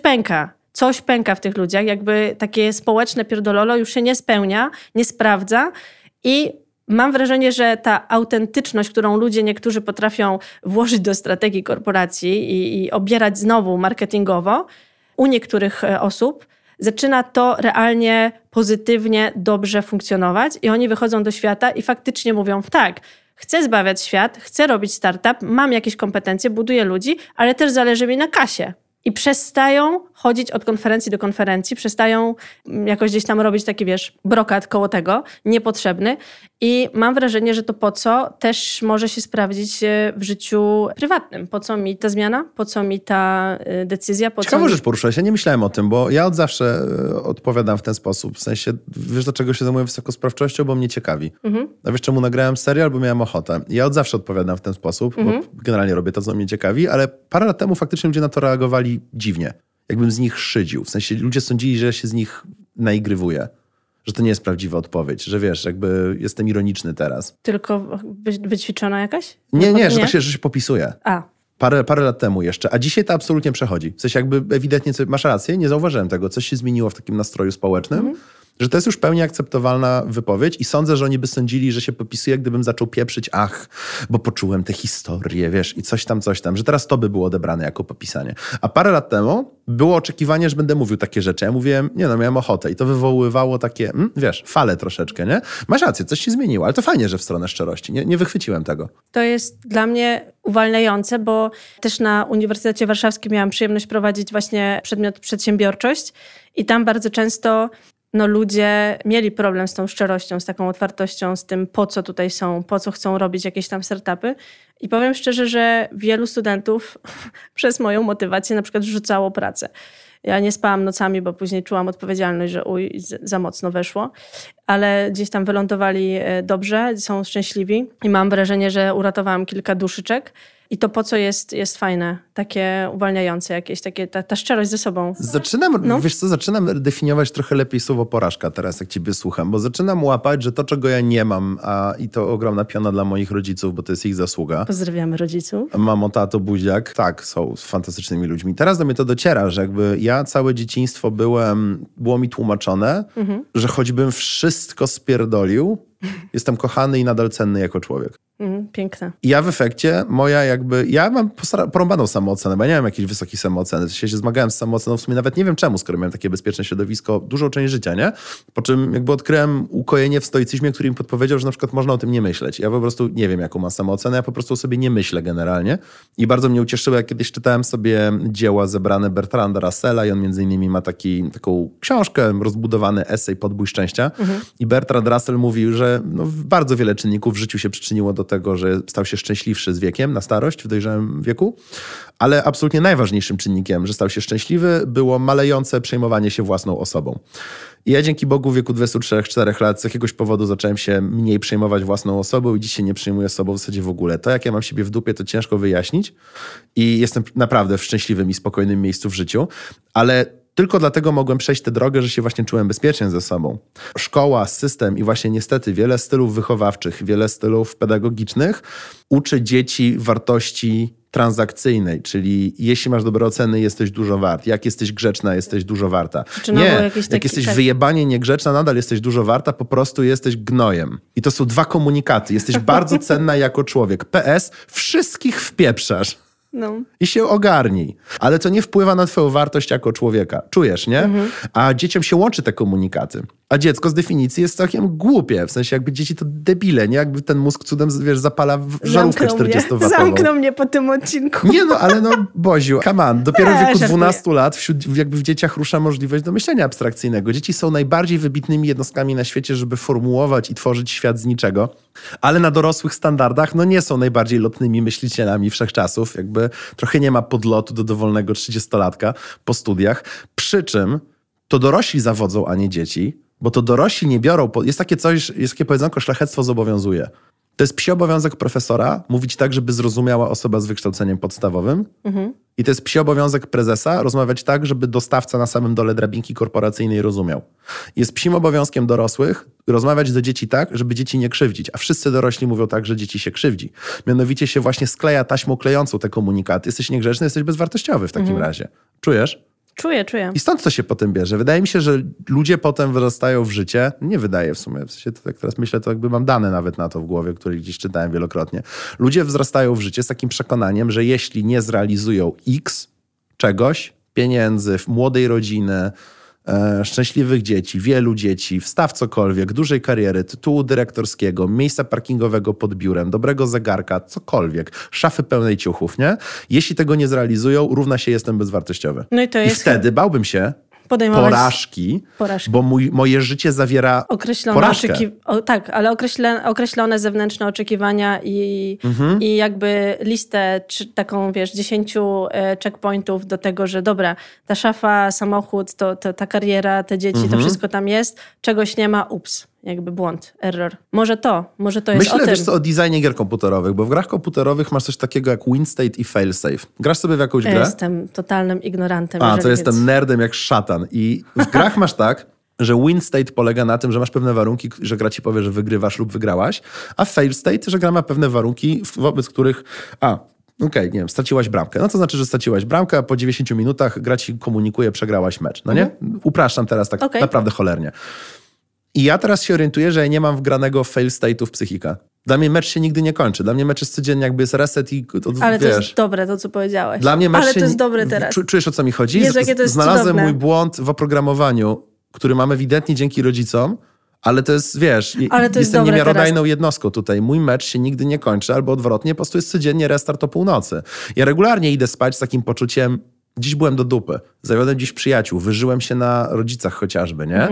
coś pęka w tych ludziach, jakby takie społeczne pierdololo już się nie spełnia, nie sprawdza i mam wrażenie, że ta autentyczność, którą ludzie niektórzy potrafią włożyć do strategii korporacji i obierać znowu marketingowo, u niektórych osób zaczyna to realnie, pozytywnie, dobrze funkcjonować i oni wychodzą do świata i faktycznie mówią tak, chcę zbawiać świat, chcę robić startup, mam jakieś kompetencje, buduję ludzi, ale też zależy mi na kasie. I przestają chodzić od konferencji do konferencji, przestają jakoś gdzieś tam robić taki, wiesz, brokat koło tego, niepotrzebny. I mam wrażenie, że to po co też może się sprawdzić w życiu prywatnym. Po co mi ta zmiana? Po co mi ta decyzja? Ciekawą rzecz poruszyłeś, ja nie myślałem o tym, bo ja od zawsze odpowiadam w ten sposób. W sensie, wiesz dlaczego się zajmuję wysokosprawczością? Bo mnie ciekawi. A wiesz czemu nagrałem serial? Bo miałem ochotę. Ja od zawsze odpowiadam w ten sposób, bo generalnie robię to, co mnie ciekawi, ale parę lat temu faktycznie ludzie na to reagowali dziwnie. Jakbym z nich szydził. W sensie ludzie sądzili, że się z nich naigrywuje. Że to nie jest prawdziwa odpowiedź. Że wiesz, jakby jestem ironiczny teraz. Tylko wyćwiczona jakaś? Nie, że tak się, że się popisuje. Parę lat temu jeszcze. A dzisiaj to absolutnie przechodzi. W sensie jakby ewidentnie, masz rację, nie zauważyłem tego. Coś się zmieniło w takim nastroju społecznym. Że to jest już pełni akceptowalna wypowiedź i sądzę, że oni by sądzili, że się popisuje, gdybym zaczął pieprzyć, bo poczułem tę historię, wiesz, i coś tam, że teraz to by było odebrane jako popisanie. A parę lat temu było oczekiwanie, że będę mówił takie rzeczy. Ja mówiłem, miałem ochotę i to wywoływało takie, wiesz, fale troszeczkę, nie? Masz rację, coś się zmieniło, ale to fajnie, że w stronę szczerości. Nie wychwyciłem tego. To jest dla mnie uwalniające, bo też na Uniwersytecie Warszawskim miałam przyjemność prowadzić właśnie przedmiot przedsiębiorczość i tam bardzo często ludzie mieli problem z tą szczerością, z taką otwartością, z tym po co tutaj są, po co chcą robić jakieś tam startupy. I powiem szczerze, że wielu studentów przez moją motywację na przykład rzucało pracę. Ja nie spałam nocami, bo później czułam odpowiedzialność, że za mocno weszło. Ale gdzieś tam wylądowali dobrze, są szczęśliwi i mam wrażenie, że uratowałam kilka duszyczek. I to po co jest fajne, takie uwalniające jakieś, takie ta szczerość ze sobą. Zaczynam definiować trochę lepiej słowo porażka teraz, jak ciebie słucham, bo zaczynam łapać, że to, czego ja nie mam, i to ogromna piona dla moich rodziców, bo to jest ich zasługa. Pozdrawiamy rodziców. Mamo, tato, buziak. Tak, są fantastycznymi ludźmi. Teraz do mnie to dociera, że jakby ja całe dzieciństwo było mi tłumaczone, że choćbym wszystko spierdolił, jestem kochany i nadal cenny jako człowiek. Piękne. I ja w efekcie, ja mam porąbaną samoocenę, bo ja nie mam jakiejś wysokiej samooceny. Ja się zmagałem z samooceną w sumie nawet nie wiem czemu, skoro miałem takie bezpieczne środowisko dużą część życia, nie? Po czym jakby odkryłem ukojenie w stoicyzmie, który mi podpowiedział, że na przykład można o tym nie myśleć. Ja po prostu nie wiem, jaką mam samoocenę, ja po prostu o sobie nie myślę generalnie. I bardzo mnie ucieszyło, jak kiedyś czytałem sobie dzieła zebrane Bertranda Russella i on między innymi ma taką książkę, rozbudowany esej Podbój szczęścia. I Bertrand Russell mówił, że bardzo wiele czynników w życiu się przyczyniło do tego, że stał się szczęśliwszy z wiekiem, na starość, w dojrzałym wieku, ale absolutnie najważniejszym czynnikiem, że stał się szczęśliwy, było malejące przejmowanie się własną osobą. I ja dzięki Bogu w wieku 23-4 lat z jakiegoś powodu zacząłem się mniej przejmować własną osobą i dziś się nie przejmuję sobą w zasadzie w ogóle. To, jak ja mam siebie w dupie, to ciężko wyjaśnić i jestem naprawdę w szczęśliwym i spokojnym miejscu w życiu, ale Tylko dlatego mogłem przejść tę drogę, że się właśnie czułem bezpiecznie ze sobą. Szkoła, system i właśnie niestety wiele stylów wychowawczych, wiele stylów pedagogicznych uczy dzieci wartości transakcyjnej, czyli jeśli masz dobre oceny, jesteś dużo wart. Jak jesteś grzeczna, jesteś dużo warta. Nie, jak jesteś wyjebanie niegrzeczna, nadal jesteś dużo warta, po prostu jesteś gnojem. I to są 2 komunikaty. Jesteś bardzo cenna jako człowiek. PS, wszystkich wpieprzasz. No. I się ogarnij. Ale to nie wpływa na twoją wartość jako człowieka. Czujesz, nie? A dzieciom się łączy te komunikaty. A dziecko z definicji jest całkiem głupie. W sensie jakby dzieci to debile, nie? Jakby ten mózg cudem, żapala żarówkę 40-watową. Zamknął mnie po tym odcinku. Nie no, ale Boziu, come on. Dopiero w wieku 12 lat jakby w dzieciach rusza możliwość do myślenia abstrakcyjnego. Dzieci są najbardziej wybitnymi jednostkami na świecie, żeby formułować i tworzyć świat z niczego. Ale na dorosłych standardach nie są najbardziej lotnymi myślicielami wszechczasów. Jakby trochę nie ma podlotu do dowolnego 30-latka po studiach. Przy czym to dorośli zawodzą, a nie dzieci. Bo to dorośli nie biorą... Jest takie powiedzonko, szlachectwo zobowiązuje. To jest psi obowiązek profesora mówić tak, żeby zrozumiała osoba z wykształceniem podstawowym. I to jest psi obowiązek prezesa rozmawiać tak, żeby dostawca na samym dole drabinki korporacyjnej rozumiał. Jest psim obowiązkiem dorosłych rozmawiać do dzieci tak, żeby dzieci nie krzywdzić. A wszyscy dorośli mówią tak, że dzieci się krzywdzi. Mianowicie się właśnie skleja taśmą klejącą te komunikaty. Jesteś niegrzeczny, jesteś bezwartościowy w takim razie. Czujesz? Czuję. I stąd to się potem bierze. Wydaje mi się, że ludzie potem wyrastają w życie. Nie wydaje w sumie. W sensie, to jak teraz myślę, to jakby mam dane nawet na to w głowie, które gdzieś czytałem wielokrotnie. Ludzie wzrastają w życie z takim przekonaniem, że jeśli nie zrealizują X czegoś, pieniędzy, młodej rodziny, szczęśliwych dzieci, wielu dzieci, wstaw cokolwiek, dużej kariery, tytułu dyrektorskiego, miejsca parkingowego pod biurem, dobrego zegarka, cokolwiek, szafy pełnej ciuchów, nie? Jeśli tego nie zrealizują, równa się jestem bezwartościowy. No i wtedy bałbym się porażki, bo moje życie zawiera porażkę. Tak, ale określone zewnętrzne oczekiwania i jakby listę, taką 10 checkpointów do tego, że dobra, ta szafa, samochód, to ta kariera, te dzieci, to wszystko tam jest, czegoś nie ma, ups. Jakby błąd, error. Może to jest Myślę, o tym. Wiesz co, o designie gier komputerowych, bo w grach komputerowych masz coś takiego jak win state i fail safe. Grasz sobie w jakąś grę? Jestem totalnym ignorantem. To jestem nerdem jak szatan. I w grach masz tak, że win state polega na tym, że masz pewne warunki, że gra ci powie, że wygrywasz lub wygrałaś, a fail state, że gra ma pewne warunki, wobec których... nie wiem, straciłaś bramkę. No to znaczy, że straciłaś bramkę, a po 90 minutach gra ci komunikuje, przegrałaś mecz. No nie? Upraszczam teraz tak naprawdę cholernie. I ja teraz się orientuję, że ja nie mam wgranego fail state'ów psychika. Dla mnie mecz się nigdy nie kończy. Dla mnie mecz jest codziennie jakby jest reset i... Ale to jest dobre to, co powiedziałeś. Dla mnie mecz to jest dobre teraz. Czujesz, o co mi chodzi? Jezu, jakie to jest Znalazłem cudowne. mój błąd w oprogramowaniu, który mam ewidentnie dzięki rodzicom, ale to jest, jestem niemiarodajną jednostką tutaj. Mój mecz się nigdy nie kończy, albo odwrotnie, po prostu jest codziennie restart o północy. Ja regularnie idę spać z takim poczuciem, dziś byłem do dupy, zawiodłem dziś przyjaciół, wyżyłem się na rodzicach chociażby, nie?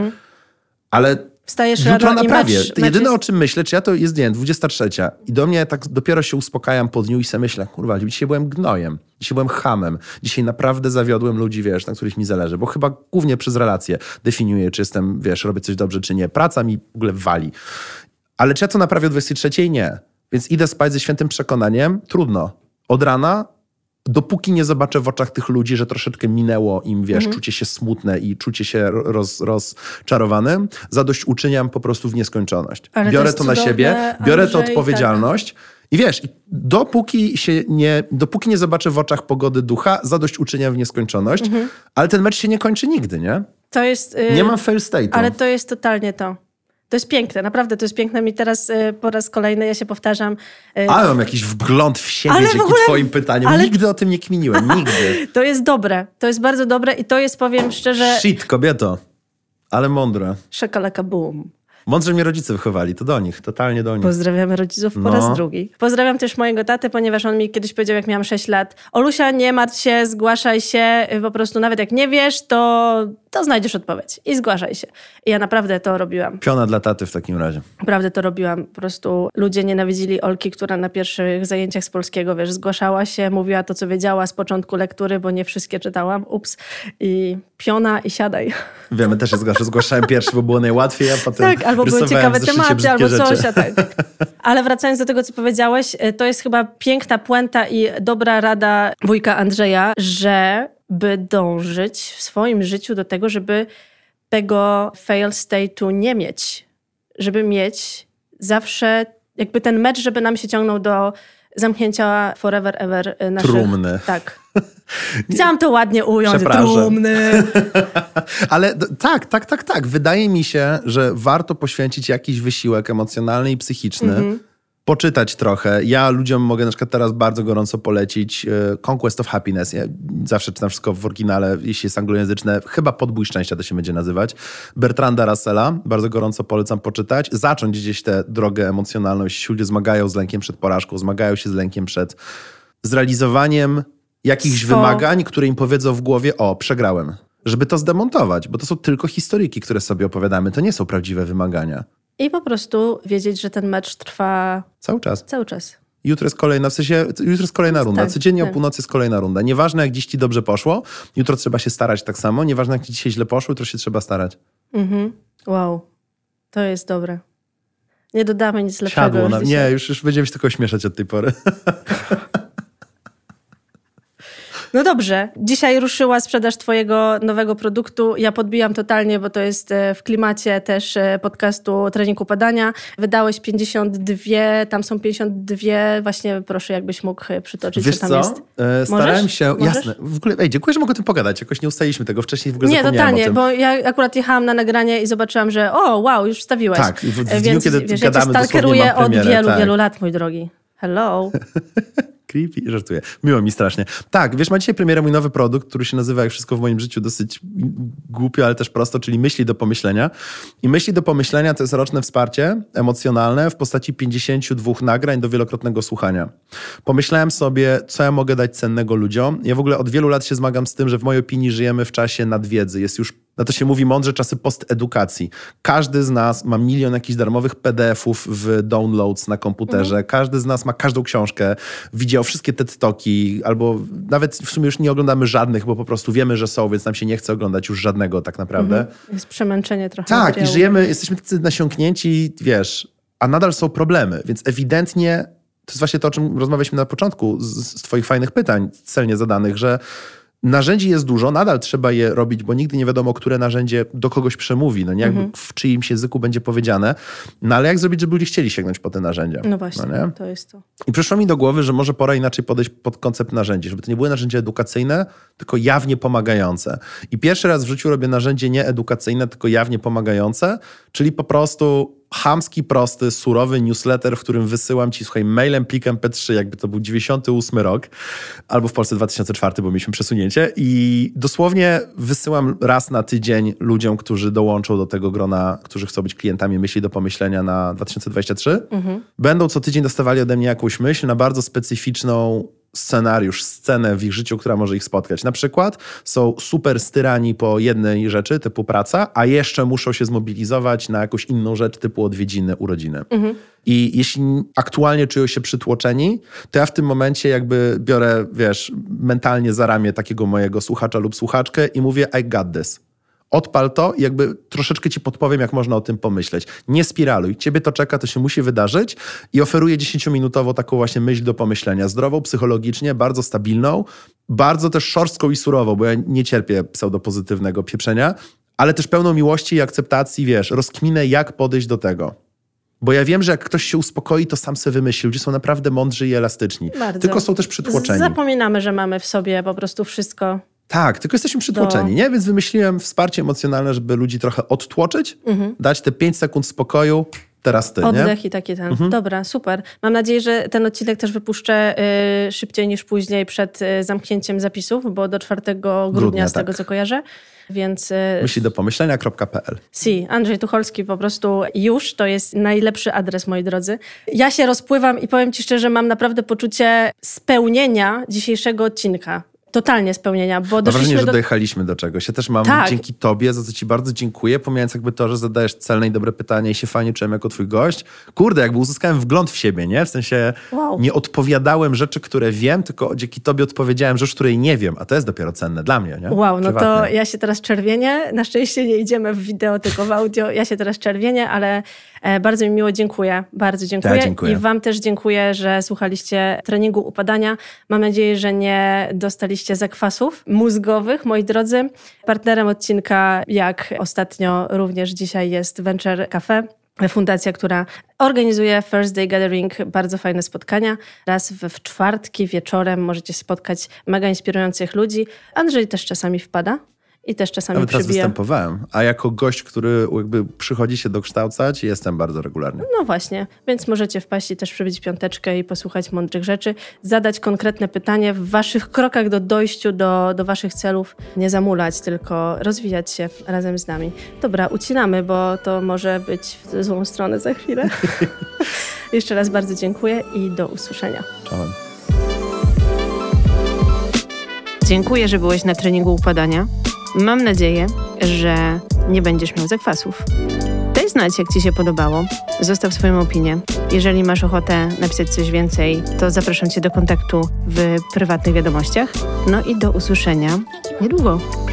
Ale wstajesz jutro rano naprawię. Jedyne jest... o czym myślę, czy ja to jest 23 i do mnie tak dopiero się uspokajam po dniu i sobie myślę, kurwa, dzisiaj byłem gnojem, dzisiaj byłem chamem, dzisiaj naprawdę zawiodłem ludzi, na których mi zależy, bo chyba głównie przez relacje definiuję, czy jestem, robię coś dobrze, czy nie. Praca mi w ogóle wali. Ale czy ja to naprawię o 23? Nie. Więc idę spać ze świętym przekonaniem, trudno. Od rana, dopóki nie zobaczę w oczach tych ludzi, że troszeczkę minęło im, czucie się smutne i czucie się rozczarowanym, zadośćuczyniam po prostu w nieskończoność. Ale biorę to na siebie, biorę tę odpowiedzialność i dopóki nie zobaczę w oczach pogody ducha, zadośćuczyniam w nieskończoność, ale ten mecz się nie kończy nigdy, nie? To jest... Nie mam fail state'u. Ale to jest totalnie to. To jest piękne, naprawdę to jest piękne. I teraz po raz kolejny ja się powtarzam. Ale mam jakiś wgląd w siebie dzięki twoim pytaniom. Nigdy o tym nie kminiłem, nigdy. To jest dobre, to jest bardzo dobre i to jest, powiem szczerze... Shit, kobieto, ale mądre. Szakalaka boom. Mądrze mnie rodzice wychowali, to do nich, totalnie do nich. Pozdrawiamy rodziców po raz drugi. Pozdrawiam też mojego tatę, ponieważ on mi kiedyś powiedział, jak miałam 6 lat, Olusia, nie martw się, zgłaszaj się, po prostu nawet jak nie wiesz, to znajdziesz odpowiedź i zgłaszaj się. I ja naprawdę to robiłam. Piona dla taty w takim razie. Naprawdę to robiłam. Po prostu ludzie nienawidzili Olki, która na pierwszych zajęciach z polskiego, zgłaszała się, mówiła to, co wiedziała z początku lektury, bo nie wszystkie czytałam. Ups. I piona i siadaj. Wiemy, też się zgłaszałem pierwszy, bo było najłatwiej, a potem tak, albo były ciekawe tematy, albo coś, tak. Ale wracając do tego, co powiedziałeś, to jest chyba piękna puenta i dobra rada wujka Andrzeja, że by dążyć w swoim życiu do tego, żeby tego fail state'u nie mieć. Żeby mieć zawsze jakby ten mecz, żeby nam się ciągnął do zamknięcia forever ever naszych... Trumny. Tak. Chciałam to ładnie ująć. Trumny. Ale tak. Wydaje mi się, że warto poświęcić jakiś wysiłek emocjonalny i psychiczny. Poczytać trochę. Ja ludziom mogę na przykład teraz bardzo gorąco polecić Conquest of Happiness. Ja zawsze czytam wszystko w oryginale, jeśli jest anglojęzyczne. Chyba Podbój Szczęścia to się będzie nazywać. Bertranda Russella. Bardzo gorąco polecam poczytać. Zacząć gdzieś tę drogę emocjonalną, jeśli się ludzie zmagają z lękiem przed porażką, zmagają się z lękiem przed zrealizowaniem jakichś wymagań, które im powiedzą w głowie, przegrałem. Żeby to zdemontować, bo to są tylko historyjki, które sobie opowiadamy. To nie są prawdziwe wymagania. I po prostu wiedzieć, że ten mecz trwa... Cały czas. Jutro jest kolejna runda. Tak, Codziennie o północy jest kolejna runda. Nieważne, jak dziś ci dobrze poszło, jutro trzeba się starać tak samo. Nieważne, jak ci dzisiaj źle poszło, jutro się trzeba starać. Wow. To jest dobre. Nie dodamy nic lepszego. Nie, już będziemy się tylko śmieszać od tej pory. No dobrze. Dzisiaj ruszyła sprzedaż twojego nowego produktu. Ja podbijam totalnie, bo to jest w klimacie też podcastu Trening Upadania. Wydałeś 52, tam są 52. Właśnie proszę, jakbyś mógł przytoczyć, wiesz co tam co? jest. Starałem się, jasne. W ogóle, dziękuję, że mogę o tym pogadać. Jakoś nie ustaliliśmy tego wcześniej, w ogóle zapomniałem totalnie, o tym. Bo ja akurat jechałam na nagranie i zobaczyłam, że wow, już wstawiłeś. Tak, w dniu, więc, kiedy wiesz, gadamy, ja cię stalkeruję od premierę, wielu lat, mój drogi. Hello. Creepy, żartuję. Miło mi strasznie. Tak, wiesz, ma dzisiaj premierę mój nowy produkt, który się nazywa, jak wszystko w moim życiu, dosyć głupio, ale też prosto, czyli Myśli do pomyślenia. I Myśli do pomyślenia to jest roczne wsparcie emocjonalne w postaci 52 nagrań do wielokrotnego słuchania. Pomyślałem sobie, co ja mogę dać cennego ludziom. Ja w ogóle od wielu lat się zmagam z tym, że w mojej opinii żyjemy w czasie nadwiedzy. Jest już, na to się mówi mądrze, czasy postedukacji. Każdy z nas ma milion jakichś darmowych PDF-ów w downloads na komputerze. Każdy z nas ma każdą książkę, widział wszystkie TED Talki, albo nawet w sumie już nie oglądamy żadnych, bo po prostu wiemy, że są, więc nam się nie chce oglądać już żadnego tak naprawdę. Jest przemęczenie trochę. Tak, materiału. i żyjemy, jesteśmy tacy nasiąknięci, wiesz, a nadal są problemy, więc ewidentnie to jest właśnie to, o czym rozmawialiśmy na początku z twoich fajnych pytań, celnie zadanych, że narzędzi jest dużo, nadal trzeba je robić, bo nigdy nie wiadomo, które narzędzie do kogoś przemówi, no nie jakby w czyimś języku będzie powiedziane, no ale jak zrobić, żeby ludzie chcieli sięgnąć po te narzędzia? No właśnie, no to jest to. I przyszło mi do głowy, że może pora inaczej podejść pod koncept narzędzi, żeby to nie były narzędzia edukacyjne, tylko jawnie pomagające. I pierwszy raz w życiu robię narzędzie nie edukacyjne, tylko jawnie pomagające, czyli po prostu chamski, prosty, surowy newsletter, w którym wysyłam ci, słuchaj, mailem, plikiem P3, jakby to był 98 rok, albo w Polsce 2004, bo mieliśmy przesunięcie i dosłownie wysyłam raz na tydzień ludziom, którzy dołączą do tego grona, którzy chcą być klientami Myśli do pomyślenia na 2023. Będą co tydzień dostawali ode mnie jakąś myśl na bardzo specyficzną scenę w ich życiu, która może ich spotkać. Na przykład są super styrani po jednej rzeczy, typu praca, a jeszcze muszą się zmobilizować na jakąś inną rzecz, typu odwiedziny, urodziny. I jeśli aktualnie czują się przytłoczeni, to ja w tym momencie jakby biorę, wiesz, mentalnie za ramię takiego mojego słuchacza lub słuchaczkę i mówię I got this. Odpal to i jakby troszeczkę ci podpowiem, jak można o tym pomyśleć. Nie spiraluj. Ciebie to czeka, to się musi wydarzyć i oferuję 10-minutową taką właśnie myśl do pomyślenia. Zdrową, psychologicznie, bardzo stabilną, bardzo też szorstką i surową, bo ja nie cierpię pseudopozytywnego pieprzenia, ale też pełną miłości i akceptacji, wiesz, rozkminę, jak podejść do tego. Bo ja wiem, że jak ktoś się uspokoi, to sam sobie wymyśli. Ludzie są naprawdę mądrzy i elastyczni. Bardzo. Tylko są też przytłoczeni. Zapominamy, że mamy w sobie po prostu wszystko. Tak, tylko jesteśmy przytłoczeni, nie? Więc wymyśliłem wsparcie emocjonalne, żeby ludzi trochę odtłoczyć, dać te 5 sekund spokoju, teraz ty, Oddech nie? i taki ten. Dobra, super. Mam nadzieję, że ten odcinek też wypuszczę szybciej niż później przed zamknięciem zapisów, bo do 4 grudnia z tego, co kojarzę. Więc Myśli do pomyślenia.pl. Andrzej Tucholski po prostu już to jest najlepszy adres, moi drodzy. Ja się rozpływam i powiem ci szczerze, mam naprawdę poczucie spełnienia dzisiejszego odcinka. Totalnie spełnienia, bo doszliśmy wrażenie, że dojechaliśmy do czegoś. Ja też mam dzięki tobie, za co ci bardzo dziękuję, pomijając jakby to, że zadajesz celne i dobre pytania i się fajnie czułem jako twój gość. Kurde, jakby uzyskałem wgląd w siebie, nie? W sensie nie odpowiadałem rzeczy, które wiem, tylko dzięki tobie odpowiedziałem rzecz, której nie wiem, a to jest dopiero cenne dla mnie, nie? Wow, no to ja się teraz czerwienię. Na szczęście nie idziemy w wideo, tylko w audio. Ja się teraz czerwienię, ale bardzo mi miło, dziękuję. Bardzo dziękuję. Ja dziękuję. I wam też dziękuję, że słuchaliście treningu upadania. Mam nadzieję, że nie dostaliście oczywiście zakwasów mózgowych, moi drodzy. Partnerem odcinka, jak ostatnio również dzisiaj, jest Venture Cafe. Fundacja, która organizuje First Day Gathering, bardzo fajne spotkania. Raz w czwartki wieczorem możecie spotkać mega inspirujących ludzi. Andrzej też czasami wpada i też czasami Nawet przybija. teraz występowałem, a jako gość, który jakby przychodzi się dokształcać, jestem bardzo regularnie. No właśnie, więc możecie wpaść i też przybić piąteczkę i posłuchać mądrych rzeczy, zadać konkretne pytanie w waszych krokach do dojściu do waszych celów. Nie zamulać, tylko rozwijać się razem z nami. Dobra, ucinamy, bo to może być w złą stronę za chwilę. Jeszcze raz bardzo dziękuję i do usłyszenia. Czołem. Dziękuję, że byłeś na treningu układania. Mam nadzieję, że nie będziesz miał zakwasów. Daj znać, jak ci się podobało. Zostaw swoją opinię. Jeżeli masz ochotę napisać coś więcej, to zapraszam cię do kontaktu w prywatnych wiadomościach. No i do usłyszenia niedługo.